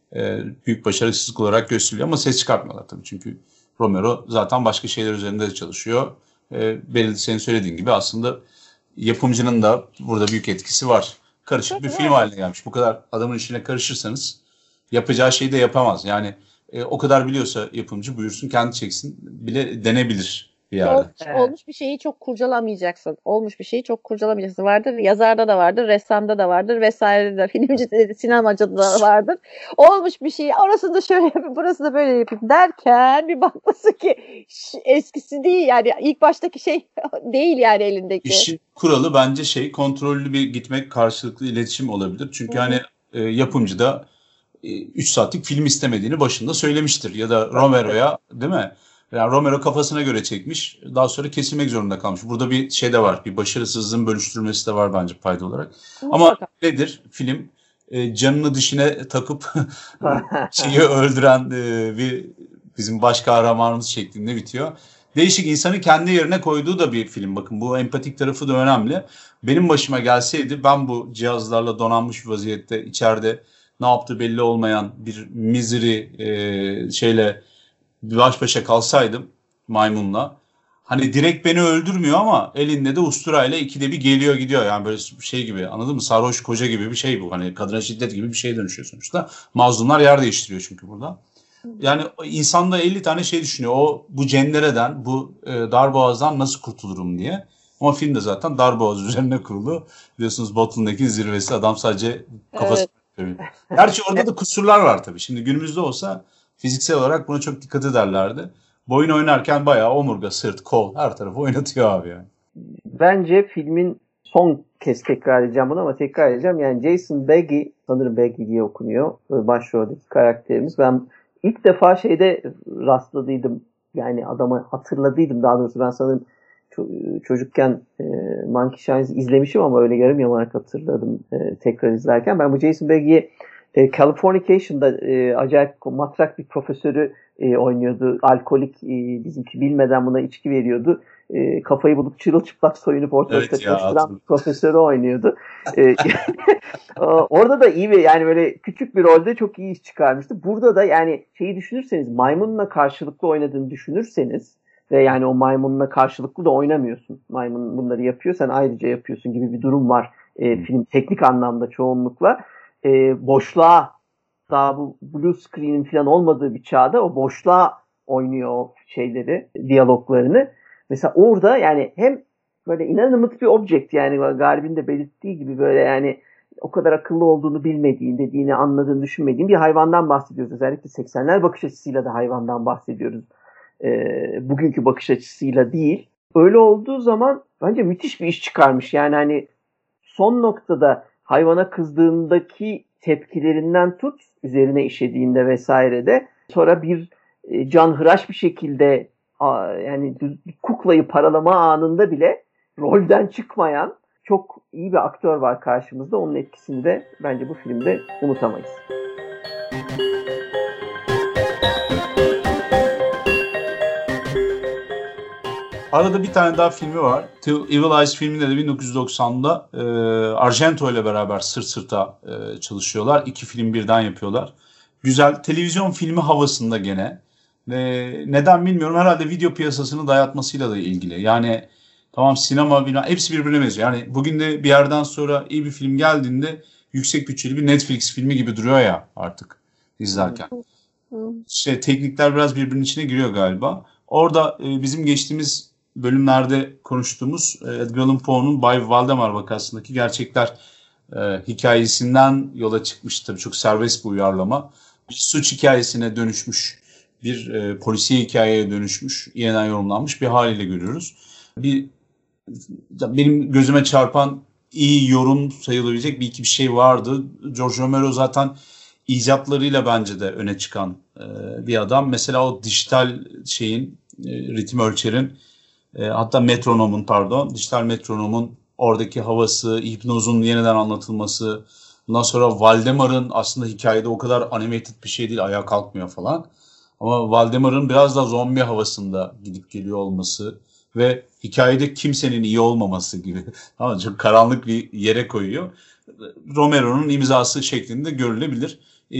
Büyük başarısızlık olarak gösteriliyor ama ses çıkartmıyorlar tabii. Çünkü Romero zaten başka şeyler üzerinde de çalışıyor. Belli senin söylediğin gibi aslında yapımcının da burada büyük etkisi var. Karışık bir film haline gelmiş. Bu kadar adamın işine karışırsanız yapacağı şeyi de yapamaz. Yani o kadar biliyorsa yapımcı buyursun kendi çeksin bile denebilir bir yerde. Olmuş bir şeyi çok kurcalamayacaksın. Olmuş bir şeyi çok kurcalamayacaksın. Vardır, yazarda da vardır, ressamda da vardır, vesaire de, filmcide de, sinemacıda da vardır. Olmuş bir şeyi orası da şöyle yapayım, burası da böyle yapayım derken bir bakması ki eskisi değil, yani ilk baştaki şey değil yani elindeki. İşin kuralı bence kontrollü bir gitmek, karşılıklı iletişim olabilir. Çünkü hani yapımcı da 3 saatlik film istemediğini başında söylemiştir. Ya da Romero'ya, değil mi? Yani Romero kafasına göre çekmiş. Daha sonra kesilmek zorunda kalmış. Burada bir şey de var. Bir başarısızlığın bölüştürülmesi de var bence payda olarak. Ama nedir? Film canını dişine takıp şeyi öldüren bir bizim baş kahramanımız şeklinde bitiyor. Değişik, insanı kendi yerine koyduğu da bir film. Bakın bu empatik tarafı da önemli. Benim başıma gelseydi, ben bu cihazlarla donanmış bir vaziyette içeride ne yaptığı belli olmayan bir misery şeyle baş başa kalsaydım, maymunla, hani direkt beni öldürmüyor ama elinde de usturayla ikide bir geliyor gidiyor. Yani böyle şey gibi, anladın mı? Sarhoş koca gibi bir şey bu. Hani kadına şiddet gibi bir şeye dönüşüyor sonuçta. Mazlumlar yer değiştiriyor çünkü burada. Yani insanda 50 tane şey düşünüyor. Bu cendereden, bu darboğazdan nasıl kurtulurum diye. Ama film de zaten darboğaz üzerine kurulu. Biliyorsunuz Bottleneck'in zirvesi. Adam sadece kafası... Evet. Gerçi orada da kusurlar var tabii. Şimdi günümüzde olsa fiziksel olarak buna çok dikkat ederlerdi. Boyun oynarken bayağı omurga, sırt, kol her tarafı oynatıyor abi yani. Bence filmin son kez tekrar edeceğim bunu ama tekrar edeceğim. Yani Jason Beggy, sanırım Beggy diye okunuyor. Başroldeki karakterimiz. Ben ilk defa rastladıydım. Yani adamı hatırladıydım daha doğrusu. Ben sanırım çocukken Monkey Shines'ı izlemişim ama öyle yarım yamalak hatırladım tekrar izlerken. Ben bu Jason Beggy'yi Californication'da acayip matrak bir profesörü oynuyordu. Alkolik, bizimki bilmeden buna içki veriyordu. Kafayı bulup çırılçıplak soyunup ortalıkta koşturan profesörü oynuyordu. Orada da iyi yani böyle küçük bir rolde çok iyi iş çıkarmıştı. Burada da yani şeyi düşünürseniz, maymunla karşılıklı oynadığını düşünürseniz ve yani o maymunla karşılıklı da oynamıyorsun. Maymun bunları yapıyor, sen ayrıca yapıyorsun gibi bir durum var. Film teknik anlamda çoğunlukla. Boşluğa, daha bu blue screen'in falan olmadığı bir çağda o boşluğa oynuyor o şeyleri, diyaloglarını. Mesela orada yani hem böyle inanılmaz bir object, yani Galip'in de belirttiği gibi böyle yani o kadar akıllı olduğunu bilmediğin, dediğini anladığını düşünmediğin bir hayvandan bahsediyoruz. Özellikle 80'ler bakış açısıyla da hayvandan bahsediyoruz. Bugünkü bakış açısıyla değil. Öyle olduğu zaman bence müthiş bir iş çıkarmış. Yani hani son noktada hayvana kızdığındaki tepkilerinden tut, üzerine işediğinde vesairede, sonra bir canhıraş bir şekilde yani bir kuklayı paralama anında bile rolden çıkmayan çok iyi bir aktör var karşımızda. Onun etkisini de bence bu filmde unutamayız. Arada bir tane daha filmi var. Evil Eyes filminde de 1990'da Argento ile beraber sırt sırta çalışıyorlar. 2 film birden yapıyorlar. Güzel televizyon filmi havasında gene. Neden bilmiyorum. Herhalde video piyasasını dayatmasıyla da ilgili. Yani tamam sinema hepsi birbirine benziyor. Yani bugün de bir yerden sonra iyi bir film geldiğinde yüksek bütçeli bir Netflix filmi gibi duruyor ya artık izlerken. Teknikler biraz birbirinin içine giriyor galiba. Orada bizim geçtiğimiz bölümlerde konuştuğumuz Edgar Allan Poe'nun Bay Valdemar vakasındaki gerçekler hikayesinden yola çıkmış. Tabii çok serbest bir uyarlama. Bir suç hikayesine dönüşmüş, bir polisiye hikayeye dönüşmüş, yeniden yorumlanmış bir haliyle görüyoruz. Benim gözüme çarpan iyi yorum sayılabilecek bir iki bir şey vardı. George Romero zaten icatlarıyla bence de öne çıkan bir adam. Mesela o dijital ritim ölçerin hatta dijital metronomun oradaki havası, hipnozun yeniden anlatılması. Bundan sonra Valdemar'ın aslında hikayede o kadar animated bir şey değil, ayağa kalkmıyor falan. Ama Valdemar'ın biraz da zombi havasında gidip geliyor olması ve hikayede kimsenin iyi olmaması gibi. Ama çok karanlık bir yere koyuyor. Romero'nun imzası şeklinde görülebilir.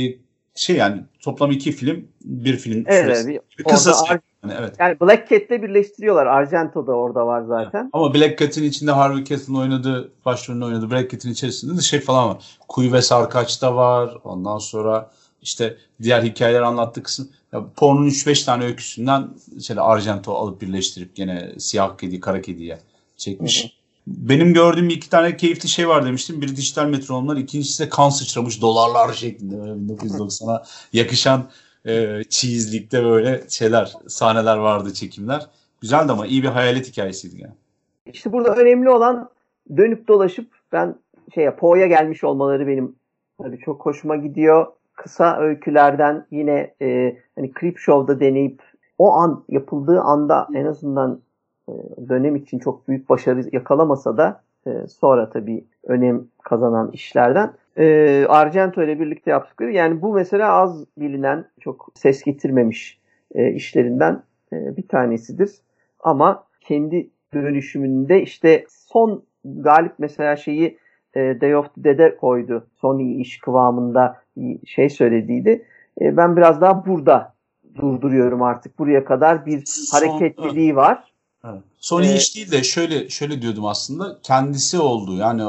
Yani toplam 2 film, bir film süresi. Kısa. Evet. Yani Black Cat'le birleştiriyorlar. Argento da orada var zaten. Ama Black Cat'in içinde Harvey Keitel'ın başrolünü oynadığı Black Cat'in içerisinde de falan var. Kuyu ve Sarkaç da var. Ondan sonra işte diğer hikayeler anlattığı kısım. Poe'nun 3-5 tane öyküsünden Argento alıp birleştirip gene Siyah Kedi, Kara Kedi'ye çekmiş. Hı hı. Benim gördüğüm 2 tane keyifli şey var demiştim. Biri dijital metronomlar, ikincisi de kan sıçramış dolarlar şeklinde 1990'a yakışan cheese'likte böyle sahneler vardı, çekimler. Güzeldi ama iyi bir hayalet hikayesiydi yani. İşte burada önemli olan dönüp dolaşıp Poe'ya gelmiş olmaları benim tabii çok hoşuma gidiyor. Kısa öykülerden yine hani Creepshow'da deneyip o an yapıldığı anda en azından dönem için çok büyük başarı yakalamasa da sonra tabii önem kazanan işlerden Argento ile birlikte yaptıkları, yani bu mesela az bilinen, çok ses getirmemiş işlerinden bir tanesidir. Ama kendi dönüşümünde işte son Galip mesela Day of the Dead'e koydu. Son iyi iş kıvamında söylediydi. Ben biraz daha burada durduruyorum artık. Buraya kadar bir hareketliliği var. Evet. Son iyi iş değil de şöyle diyordum aslında. Kendisi oldu. Yani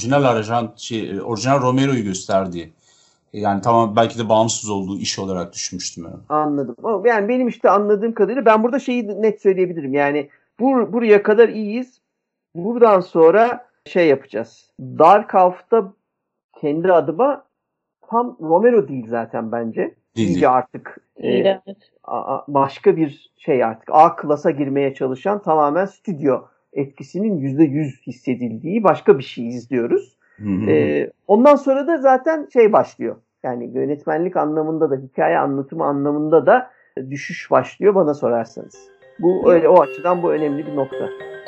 orijinal Romero'yu gösterdiği. Yani tamam, belki de bağımsız olduğu iş olarak düşünmüştüm ben. Anladım. Yani benim işte anladığım kadarıyla ben burada net söyleyebilirim. Yani buraya kadar iyiyiz. Buradan sonra yapacağız. Dark Half'ta kendi adıma tam Romero değil zaten bence. İyice artık başka bir artık A klasa girmeye çalışan, tamamen stüdyo etkisinin %100 hissedildiği başka bir şey izliyoruz. Ondan sonra da zaten başlıyor. Yani yönetmenlik anlamında da, hikaye anlatımı anlamında da düşüş başlıyor bana sorarsanız. Bu öyle, o açıdan bu önemli bir nokta.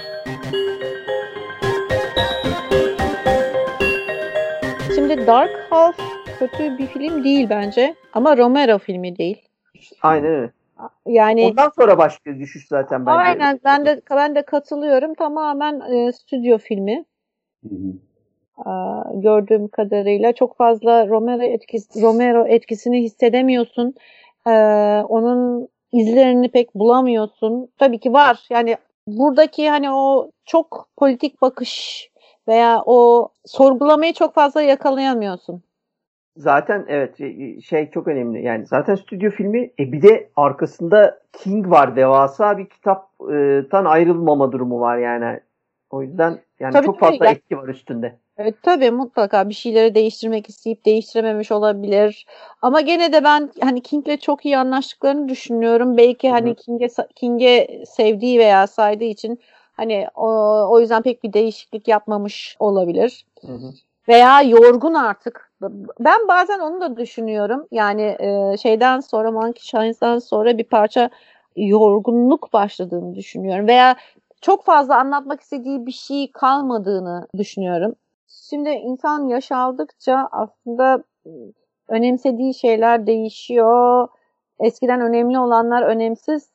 Şimdi Dark Half kötü bir film değil bence, ama Romero filmi değil. Aynen öyle. Yani ondan sonra başlıyor düşüş zaten bence. Aynen, ben de katılıyorum. Tamamen stüdyo filmi. Gördüğüm kadarıyla çok fazla Romero etkisini hissedemiyorsun. Onun izlerini pek bulamıyorsun. Tabii ki var. Yani buradaki hani o çok politik bakış veya o sorgulamayı çok fazla yakalayamıyorsun. Zaten evet, çok önemli. Yani zaten stüdyo filmi, bir de arkasında King var, devasa bir kitaptan ayrılmama durumu var yani. O yüzden yani tabii, çok fazla etki var üstünde. Evet, tabii mutlaka bir şeyleri değiştirmek isteyip değiştirememiş olabilir. Ama gene de ben hani King'le çok iyi anlaştıklarını düşünüyorum. Belki hani King'e sevdiği veya saydığı için hani o yüzden pek bir değişiklik yapmamış olabilir. Veya yorgun artık. Ben bazen onu da düşünüyorum. Yani şeyden sonra, Monkey Shines'dan sonra bir parça yorgunluk başladığını düşünüyorum. Veya çok fazla anlatmak istediği bir şey kalmadığını düşünüyorum. Şimdi insan yaş aldıkça aslında önemsediği şeyler değişiyor. Eskiden önemli olanlar önemsiz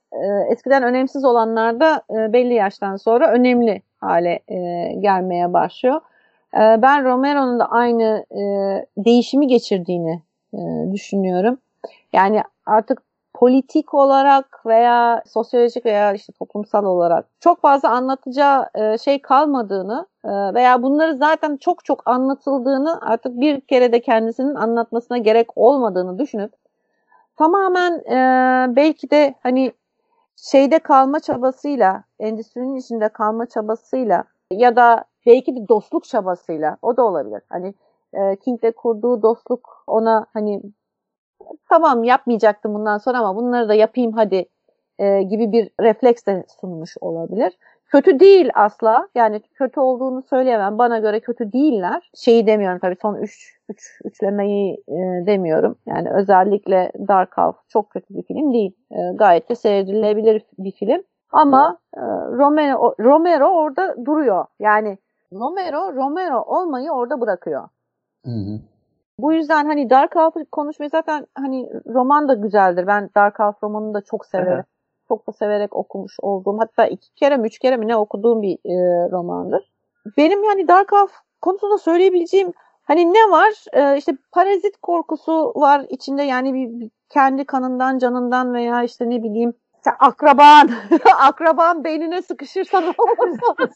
eskiden önemsiz olanlar da belli yaştan sonra önemli hale gelmeye başlıyor. Ben Romero'nun da aynı değişimi geçirdiğini düşünüyorum. Yani artık politik olarak veya sosyolojik veya işte toplumsal olarak çok fazla anlatacağı şey kalmadığını veya bunları zaten çok çok anlatıldığını, artık bir kere de kendisinin anlatmasına gerek olmadığını düşünüp tamamen belki de hani şeyde kalma çabasıyla, endüstrinin içinde kalma çabasıyla ya da belki de dostluk çabasıyla, o da olabilir. Hani King'le kurduğu dostluk ona hani tamam yapmayacaktım bundan sonra ama bunları da yapayım hadi gibi bir refleks de sunmuş olabilir. Kötü değil asla. Yani kötü olduğunu söyleyemem. Bana göre kötü değiller. Şeyi demiyorum tabii, son üçlemeyi demiyorum. Yani özellikle Dark Half çok kötü bir film değil. Gayet de seyredilebilir bir film. Ama Romero orada duruyor. Yani Romero olmayı orada bırakıyor. Hı hı. Bu yüzden hani Dark Half'ı konuşmayı, zaten hani roman da güzeldir. Ben Dark Half romanını da çok severim. Çok da severek okumuş olduğum, hatta 2 kere mi 3 kere mi ne okuduğum bir romandır. Benim yani Dark Half konusunda söyleyebileceğim hani ne var? İşte parazit korkusu var içinde, yani bir kendi kanından canından veya işte ne bileyim akraban beynine sıkışırsa ne olursa.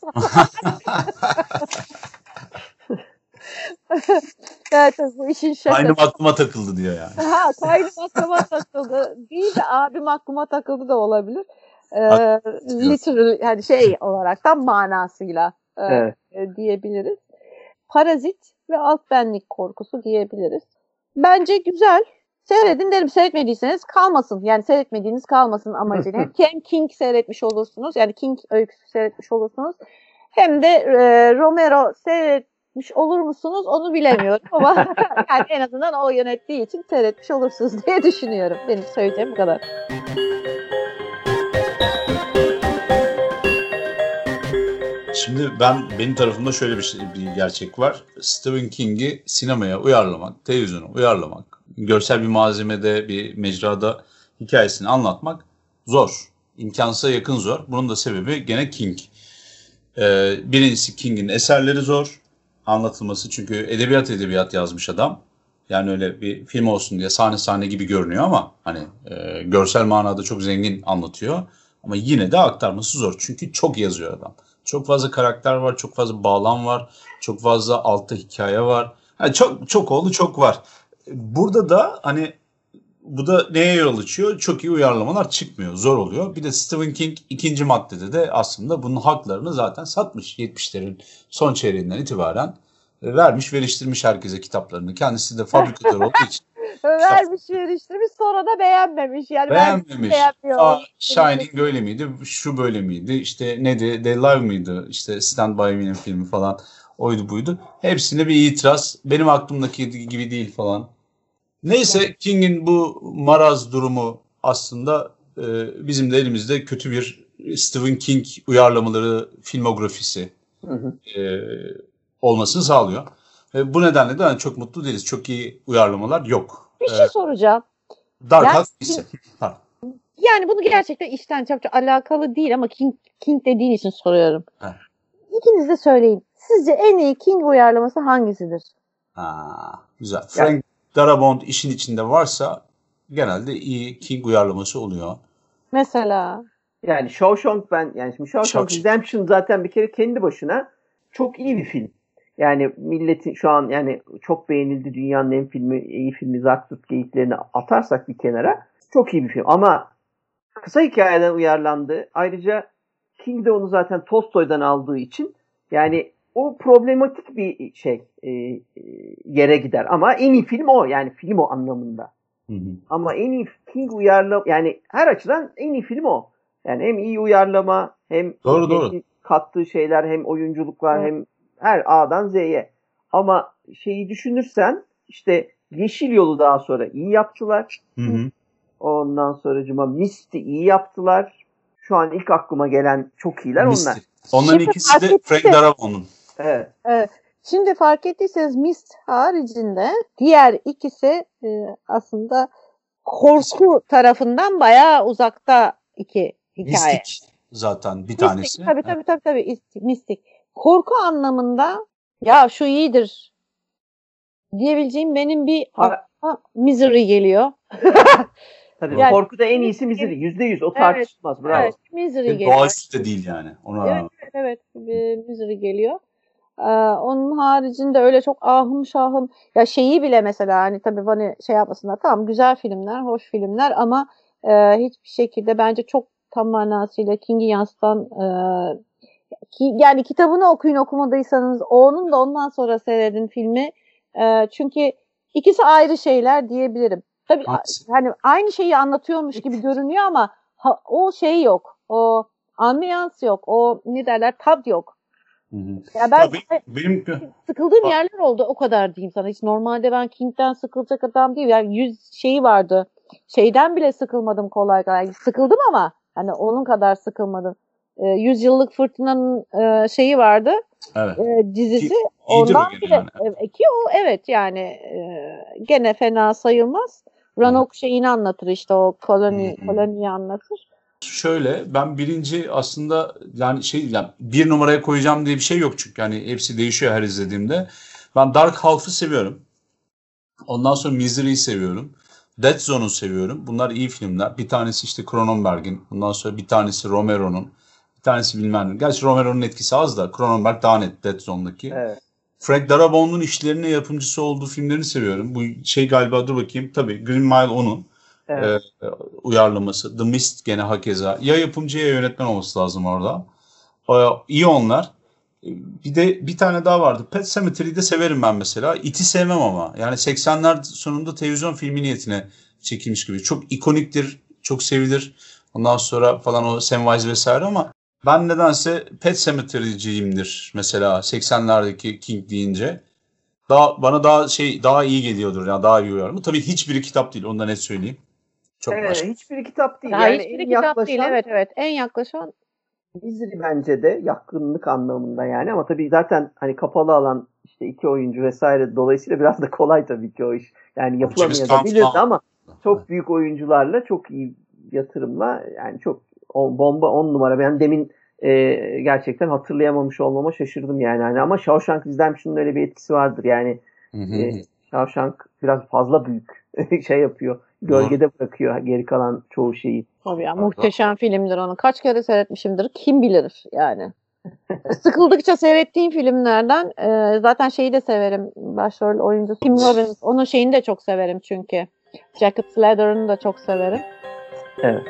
Evet, bu işin şakası. Aynı aklıma takıldı diyor yani. Kaynım aklıma takıldı. Değil de abim aklıma takıldı da olabilir. Literal, yani şey olaraktan manasıyla diyebiliriz. Parazit ve alt benlik korkusu diyebiliriz. Bence güzel. Seyredin derim. Seyretmediyseniz kalmasın. Yani seyretmediğiniz kalmasın amacıyla. Hem King seyretmiş olursunuz. Yani King öyküsü seyretmiş olursunuz. Hem de Romero seyretmiş olur musunuz onu bilemiyorum ama yani en azından o yönettiği için seyretmiş olursunuz diye düşünüyorum. Benim söyleyeceğim bu kadar. Şimdi benim tarafımda şöyle bir gerçek var. Stephen King'i sinemaya uyarlamak, televizyona uyarlamak, görsel bir malzemede, bir mecrada hikayesini anlatmak zor. İmkansıza yakın zor. Bunun da sebebi gene King. Birincisi King'in eserleri zor anlatılması, çünkü edebiyat yazmış adam. Yani öyle bir film olsun diye sahne sahne gibi görünüyor ama hani görsel manada çok zengin anlatıyor. Ama yine de aktarması zor, çünkü çok yazıyor adam. Çok fazla karakter var, çok fazla bağlam var, çok fazla altta hikaye var. Yani çok oldu, çok var. Burada da hani bu da neye yol açıyor? Çok iyi uyarlamalar çıkmıyor, zor oluyor. Bir de Stephen King ikinci maddede de aslında bunun haklarını zaten satmış. 70'lerin son çeyreğinden itibaren vermiş, veriştirmiş herkese kitaplarını. Kendisi de fabrikatör olduğu için. Vermiş, veriştirmiş, sonra da beğenmemiş. Yani beğenmemiş. Shining öyle miydi? Şu böyle miydi? İşte neydi? They Live mıydı? İşte Stand By Me'nin filmi falan. Oydu buydu. Hepsine bir itiraz. Benim aklımdaki gibi değil falan. Neyse, King'in bu maraz durumu aslında bizim de elimizde kötü bir Stephen King uyarlamaları filmografisi olmasını sağlıyor. Bu nedenle de çok mutlu değiliz. Çok iyi uyarlamalar yok. Bir şey soracağım. Dark Half ise. Yani bunu gerçekten işten çok alakalı değil ama King dediğin için soruyorum. İkiniz de söyleyin. Sizce en iyi King uyarlaması hangisidir? Güzel. Frank Darabont işin içinde varsa genelde iyi King uyarlaması oluyor. Mesela? Yani Shawshank şimdi Shawshank Redemption zaten bir kere kendi başına çok iyi bir film. Yani milletin şu an yani çok beğenildi, dünyanın en iyi filmi Zartut geyiklerini atarsak bir kenara, çok iyi bir film. Ama kısa hikayeden uyarlandı. Ayrıca King de onu zaten Tolstoy'dan aldığı için yani o problematik bir yere gider. Ama en iyi film o. Yani film o anlamında. Hı. Ama en iyi King uyarlama, yani her açıdan en iyi film o. Yani hem iyi uyarlama, hem doğru. kattığı şeyler, hem oyunculuklar, hem her A'dan Z'ye. Ama şeyi düşünürsen işte Yeşil Yol'u daha sonra iyi yaptılar. Hı. Ondan sonracıma Mist'i iyi yaptılar. Şu an ilk aklıma gelen çok iyiler onlar. Onların ikisi de Frank Darabont'un. Evet. Şimdi fark ettiyseniz Mist haricinde diğer ikisi aslında korku tarafından bayağı uzakta iki hikaye. Mistik zaten bir Mistik, tanesi. tabii. Mistik. Korku anlamında ya şu iyidir diyebileceğim benim bir Misery geliyor. Tabii Yani- korkuda en iyisi Misery. %100 o tartışılmaz. Bravo. Evet, Misery geliyor. Doğaüstü de değil yani. Ona Evet, Misery geliyor. Onun haricinde öyle çok ahım şahım ya şeyi bile mesela hani tabii hani şey yapmasınlar, tamam güzel filmler, hoş filmler ama hiçbir şekilde bence çok tam manasıyla King'i yansıtan yani kitabını okuyun, okumadıysanız onun da ondan sonra seyredin filmi. Çünkü ikisi ayrı şeyler diyebilirim. Tabii hani aynı şeyi anlatıyormuş gibi görünüyor ama o şey yok. O ambiyans yok. O ne derler? Tat yok. Ya ben benim sıkıldığım yerler oldu, o kadar diyeyim sana. Hiç normalde ben King'den sıkılacak adam değil. Yani 100 şeyi vardı. Şeyden bile sıkılmadım kolay kolay. Sıkıldım ama hani onun kadar sıkılmadım. 100 Yıllık Fırtına'nın şeyi vardı. Evet. Dizisi. İyidir Ondan o bile yani. ki o evet yani gene fena sayılmaz. Ranok şeyini anlatır işte, o koloniyi anlatır. Şöyle, ben birinci aslında yani bir numaraya koyacağım diye bir şey yok çünkü hani hepsi değişiyor her izlediğimde. Ben Dark Half'ı seviyorum. Ondan sonra Misery'yi seviyorum. Dead Zone'u seviyorum. Bunlar iyi filmler. Bir tanesi işte Cronenberg'in. Ondan sonra bir tanesi Romero'nun. Bir tanesi bilmem ne. Gerçi Romero'nun etkisi az da Cronenberg daha net Dead Zone'daki. Evet. Frank Darabont'un işlerine yapımcısı olduğu filmlerini seviyorum. Bu şey galiba, dur bakayım. Tabii Green Mile onun. Evet. Uyarlaması. The Mist gene hakeza. Ya yapımcı ya yönetmen olması lazım orada. İyi onlar. Bir de bir tane daha vardı. Pet Sematry'yi de severim ben mesela. It'i sevmem ama. Yani 80'ler sonunda televizyon filmi niyetine çekilmiş gibi. Çok ikoniktir, çok sevilir. Ondan sonra falan o Samwise vesaire ama ben nedense Pet Sematry'ciyimdir mesela 80'lerdeki King deyince. Bana daha iyi geliyordur ya, daha iyi uyar. Bu tabii hiçbiri kitap değil, onu da net söyleyeyim. Çok başka. Hiçbiri kitap değil. Daha yani hiçbiri en kitap yaklaşan değil. Evet. En yaklaşan Misery bence de yakınlık anlamında yani, ama tabii zaten hani kapalı alan işte 2 oyuncu vesaire, dolayısıyla biraz da kolay tabii ki o iş. Yani yapılamayabilirdi ama çok büyük oyuncularla, çok iyi yatırımla yani çok bomba 10 numara. Ben demin gerçekten hatırlayamamış olmama şaşırdım yani. Hani ama Shawshank Redemption'ın öyle bir etkisi vardır yani. Shawshank biraz fazla büyük şey yapıyor. Gölgede bırakıyor geri kalan çoğu şeyi. tabii ya, muhteşem filmdir onu. Kaç kere seyretmişimdir kim bilir yani. Sıkıldıkça seyrettiğim filmlerden zaten şeyi de severim. Başrol oyuncu Tim Robbins. Onun şeyini de çok severim çünkü. Jacob's Ladder'ını da çok severim. Evet.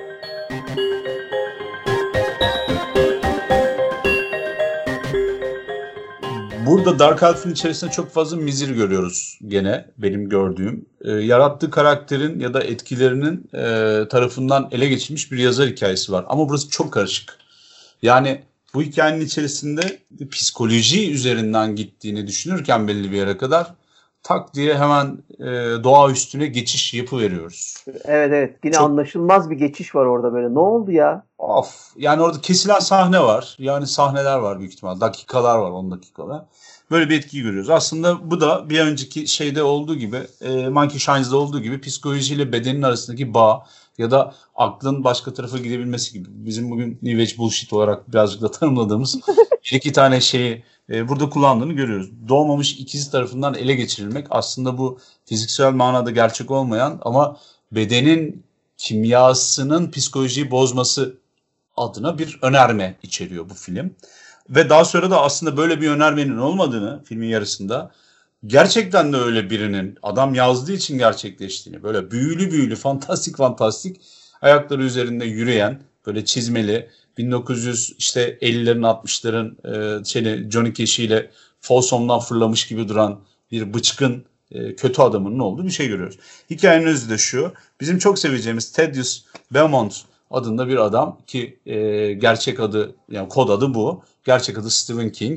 Burada Dark Elf'in içerisinde çok fazla Misery görüyoruz gene benim gördüğüm. Yarattığı karakterin ya da etkilerinin tarafından ele geçirilmiş bir yazar hikayesi var. Ama burası çok karışık. Yani bu hikayenin içerisinde psikoloji üzerinden gittiğini düşünürken belli bir yere kadar tak diye hemen doğa üstüne geçiş yapıveriyoruz. Evet. Yine çok anlaşılmaz bir geçiş var orada böyle. Ne oldu ya? Yani orada kesilen sahne var. Yani sahneler var büyük ihtimal. Dakikalar var, 10 dakikalar. Böyle bir etkiyi görüyoruz. Aslında bu da bir önceki şeyde olduğu gibi, Monkey Shines'da olduğu gibi psikolojiyle bedenin arasındaki bağ ya da aklın başka tarafa gidebilmesi gibi. Bizim bugün New Age bullshit olarak birazcık da tanımladığımız bir iki tane şeyi burada kullandığını görüyoruz. Doğmamış ikizi tarafından ele geçirilmek aslında bu fiziksel manada gerçek olmayan ama bedenin kimyasının psikolojiyi bozması adına bir önerme içeriyor bu film. Ve daha sonra da aslında böyle bir önermenin olmadığını filmin yarısında, gerçekten de öyle birinin adam yazdığı için gerçekleştiğini, böyle büyülü fantastik ayakları üzerinde yürüyen, böyle çizmeli 1950'lerin 60'ların Johnny Cash ile Folsom'dan fırlamış gibi duran bir bıçkın kötü adamının olduğu bir şey görüyoruz. Hikayenin özü de şu: bizim çok seveceğimiz Thaddeus Beaumont adında bir adam ki gerçek adı, yani kod adı bu. Gerçek adı Stephen King.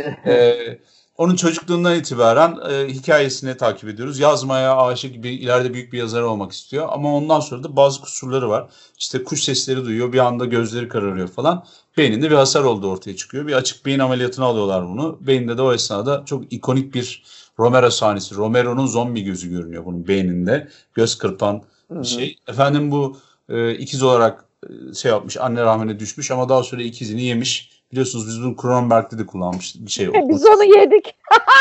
Onun çocukluğundan itibaren hikayesini takip ediyoruz. Yazmaya aşık gibi, ileride büyük bir yazar olmak istiyor. Ama ondan sonra da bazı kusurları var. İşte kuş sesleri duyuyor, bir anda gözleri kararıyor falan. Beyninde bir hasar olduğu ortaya çıkıyor. Bir açık beyin ameliyatına alıyorlar bunu. Beyinde de o esnada çok ikonik bir Romero sahnesi. Romero'nun zombi gözü görünüyor bunun beyninde. Göz kırpan bir şey. Efendim bu ikiz olarak şey yapmış, anne rahmine düşmüş ama daha sonra ikizini yemiş. Biliyorsunuz biz bunu Cronenberg'de de kullanmıştık bir şey. Biz onu yedik.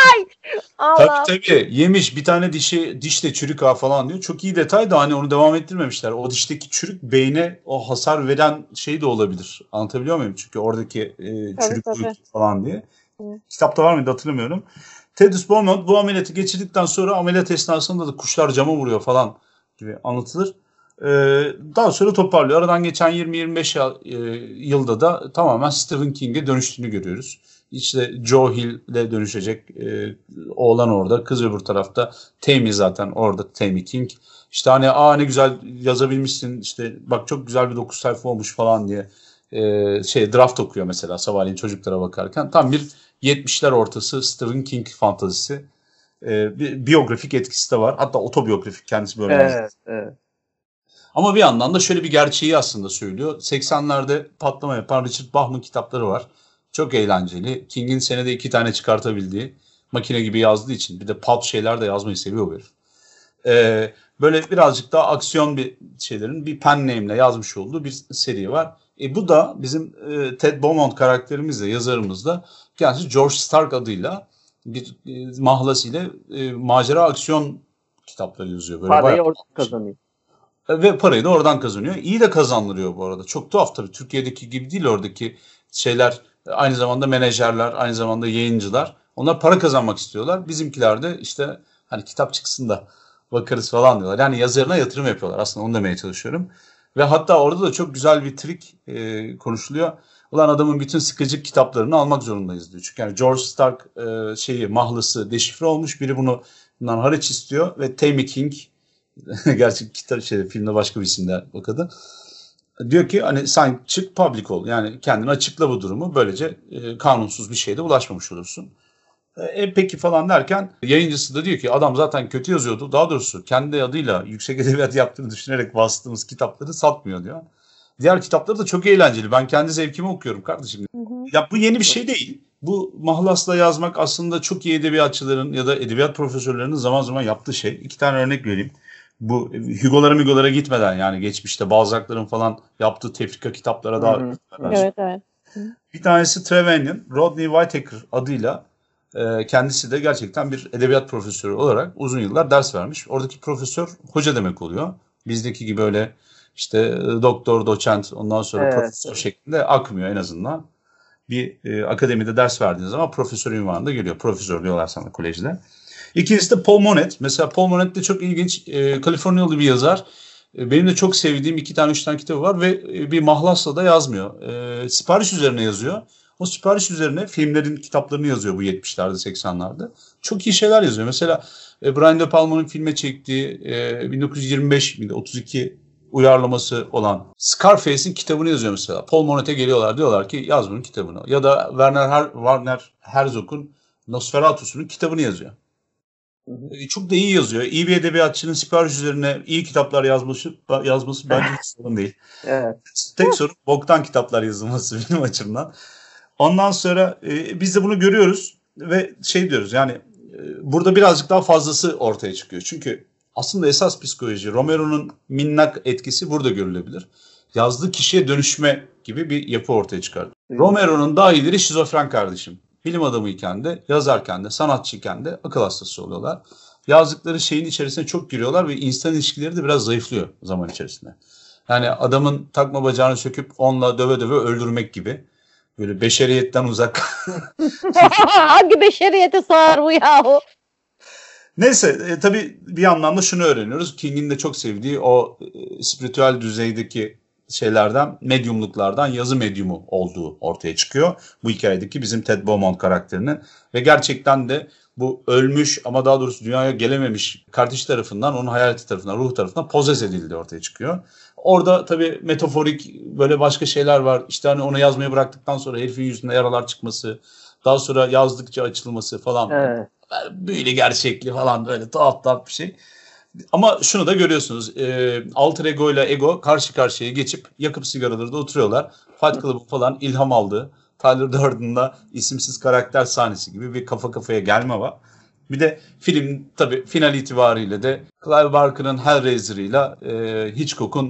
Allah. Tabii yemiş bir tane diş de çürük ha falan diyor. Çok iyi detay da hani onu devam ettirmemişler. O dişteki çürük beyne o hasar veren şey de olabilir. Anlatabiliyor muyum? Çünkü oradaki çürük falan diye. Kitapta var mıydı hatırlamıyorum. Thaddeus Beaumont bu ameliyatı geçirdikten sonra ameliyat esnasında da kuşlar cama vuruyor falan gibi anlatılır. Daha sonra toparlıyor. Aradan geçen 20-25 yılda da tamamen Stephen King'e dönüştüğünü görüyoruz. İşte Joe Hill'le dönüşecek oğlan orada. Kız öbür tarafta. Tammy zaten orada. Tammy King. İşte hani ne güzel yazabilmişsin. İşte bak çok güzel bir 9 sayfa olmuş falan diye draft okuyor mesela sabahleyin çocuklara bakarken. Tam bir 70'ler ortası Stephen King fantazisi. Bir biyografik etkisi de var. Hatta otobiyografik kendisi böyle. Evet. Ama bir yandan da şöyle bir gerçeği aslında söylüyor. 80'lerde patlama yapan Richard Bachman kitapları var. Çok eğlenceli. King'in senede 2 tane çıkartabildiği, makine gibi yazdığı için. Bir de pulp şeyler de yazmayı seviyor bu herif. Böyle birazcık daha aksiyon bir şeylerin bir pen name'le yazmış olduğu bir seri var. Bu da bizim Ted Beaumont karakterimizle, yazarımızla kendisi George Stark adıyla bir mahlas ile macera aksiyon kitapları yazıyor. Böyle parayı oradan kazanıyor. Ve parayı da oradan kazanıyor. İyi de kazandırıyor bu arada. Çok tuhaf tabii. Türkiye'deki gibi değil oradaki şeyler. Aynı zamanda menajerler, aynı zamanda yayıncılar. Onlar para kazanmak istiyorlar. Bizimkiler de işte hani kitap çıksın da bakarız falan diyorlar. Yani yazarına yatırım yapıyorlar. Aslında onu demeye çalışıyorum. Ve hatta orada da çok güzel bir trik konuşuluyor. Ulan adamın bütün sıkıcı kitaplarını almak zorundayız diyor. Çünkü yani George Stark mahlası deşifre olmuş. Biri bundan hariç istiyor ve Tammy King gerçi kitap filmde başka bir isimle bakadı. Diyor ki hani sen çık public ol. Yani kendini açıkla bu durumu. Böylece kanunsuz bir şeyde ulaşmamış olursun. Peki falan derken yayıncısı da diyor ki adam zaten kötü yazıyordu. Daha doğrusu kendi adıyla yüksek edebiyat yaptığını düşünerek bastığımız kitapları satmıyor diyor. Diğer kitapları da çok eğlenceli. Ben kendi zevkimi okuyorum kardeşim. Ya bu yeni bir şey değil. Bu mahlasla yazmak aslında çok iyi edebiyatçıların ya da edebiyat profesörlerinin zaman zaman yaptığı şey. 2 tane örnek vereyim. Bu Hugo'lara gitmeden yani geçmişte Balzac'ların falan yaptığı tefrika kitaplara daha Evet. Bir tanesi Trevelyan, Rodney Whittaker adıyla kendisi de gerçekten bir edebiyat profesörü olarak uzun yıllar ders vermiş. Oradaki profesör hoca demek oluyor. Bizdeki gibi öyle işte doktor, doçent ondan sonra profesör şeklinde akmıyor en azından. Bir akademide ders verdiğiniz zaman profesör ünvanı da geliyor. Profesör diyorlar sana kolejde. İkincisi de Paul Monet. Mesela Paul Monet de çok ilginç Kaliforniyalı bir yazar. Benim de çok sevdiğim 2 tane 3 tane kitabı var ve bir mahlasla da yazmıyor. Sipariş üzerine yazıyor. O sipariş üzerine filmlerin kitaplarını yazıyor bu 70'lerde 80'lerde. Çok iyi şeyler yazıyor. Mesela Brian De Palma'nın filme çektiği 1925 32 uyarlaması olan Scarface'in kitabını yazıyor mesela. Paul Monet'e geliyorlar diyorlar ki yaz bunun kitabını. Ya da Werner Herzog'un Nosferatu'sunun kitabını yazıyor. Çok da iyi yazıyor. İyi bir edebiyatçının sipariş üzerine iyi kitaplar yazması bence hiç sorun değil. Evet. Tek sorun boktan kitaplar yazılması benim açımdan. Ondan sonra biz de bunu görüyoruz ve diyoruz yani burada birazcık daha fazlası ortaya çıkıyor. Çünkü aslında esas psikoloji Romero'nun minnak etkisi burada görülebilir. Yazdığı kişiye dönüşme gibi bir yapı ortaya çıkardı. Romero'nun daha iyileri şizofren kardeşim. Bilim adamıyken de, yazarken de, sanatçıyken de akıl hastası oluyorlar. Yazdıkları şeyin içerisine çok giriyorlar ve insan ilişkileri de biraz zayıflıyor zaman içerisinde. Yani adamın takma bacağını söküp onunla döve döve öldürmek gibi. Böyle beşeriyetten uzak. Hangi beşeriyete sığar bu yahu? Neyse tabii bir yandan da şunu öğreniyoruz. King'in de çok sevdiği o spiritüel düzeydeki şeylerden, medyumluklardan yazı medyumu olduğu ortaya çıkıyor. Bu hikayedeki bizim Ted Beaumont karakterinin. Ve gerçekten de bu ölmüş ama daha doğrusu dünyaya gelememiş kardeş tarafından, onun hayaleti tarafından, ruh tarafından pozes edildiği ortaya çıkıyor. Orada tabii metaforik böyle başka şeyler var. İşte hani onu yazmaya bıraktıktan sonra herifin yüzünde yaralar çıkması, daha sonra yazdıkça açılması falan. Evet. Büyülü gerçekli falan böyle tuhaf bir şey. Ama şunu da görüyorsunuz. Alter ego ile ego karşı karşıya geçip yakıp sigaraları da oturuyorlar. Fight Club falan ilham aldığı Tyler Durden'da isimsiz karakter sahnesi gibi bir kafa kafaya gelme var. Bir de film tabii final itibariyle de Clive Barker'ın Hellraiser'ıyla Hitchcock'un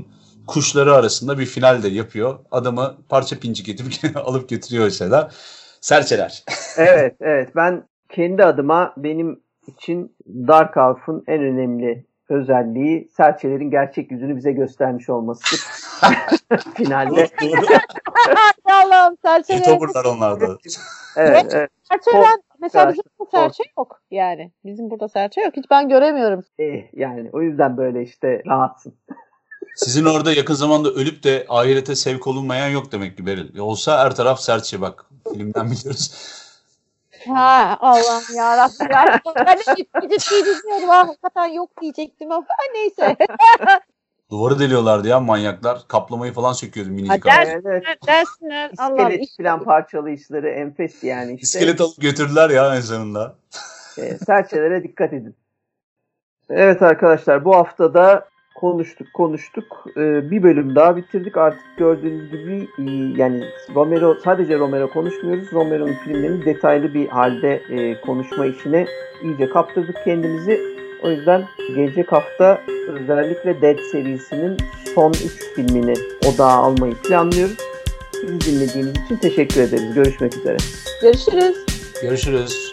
kuşları arasında bir final de yapıyor. Adamı parça pincik edip alıp getiriyor mesela. Serçeler. Evet. Ben kendi adıma benim için Dark Elf'ın en önemli özelliği serçelerin gerçek yüzünü bize göstermiş olmasıdır. Finalde. Allah'ım serçeler. Youtuberlar onlar da. Evet. Serçeden mesela bizim burada serçe yok yani. Bizim burada serçe yok. Hiç ben göremiyorum. Yani o yüzden böyle işte rahatsın. Sizin orada yakın zamanda ölüp de ahirete sevk olunmayan yok demek ki Beril. Olsa her taraf serçe bak. Filmden biliyoruz. Ha Allah'ım yarabbim ya. Ben de ciddi dinliyorum. Hakikaten yok diyecektim ama neyse. Duvarı deliyorlardı ya manyaklar. Kaplamayı falan söküyordu minicik Ha, abi. Dersinler. Allah'ım. İskelet falan parçalayışları enfes yani. İşte, İskelet alıp götürdüler ya en sonunda. Serçelere dikkat edin. Evet arkadaşlar, bu hafta da konuştuk. Bir bölüm daha bitirdik. Artık gördüğünüz gibi yani sadece Romero konuşmuyoruz. Romero'nun filmlerini detaylı bir halde konuşma işine iyice kaptırdık kendimizi. O yüzden gelecek hafta özellikle Dead serisinin son 3 filmini odağa almayı planlıyoruz. Bizi dinlediğiniz için teşekkür ederiz. Görüşmek üzere. Görüşürüz. Görüşürüz.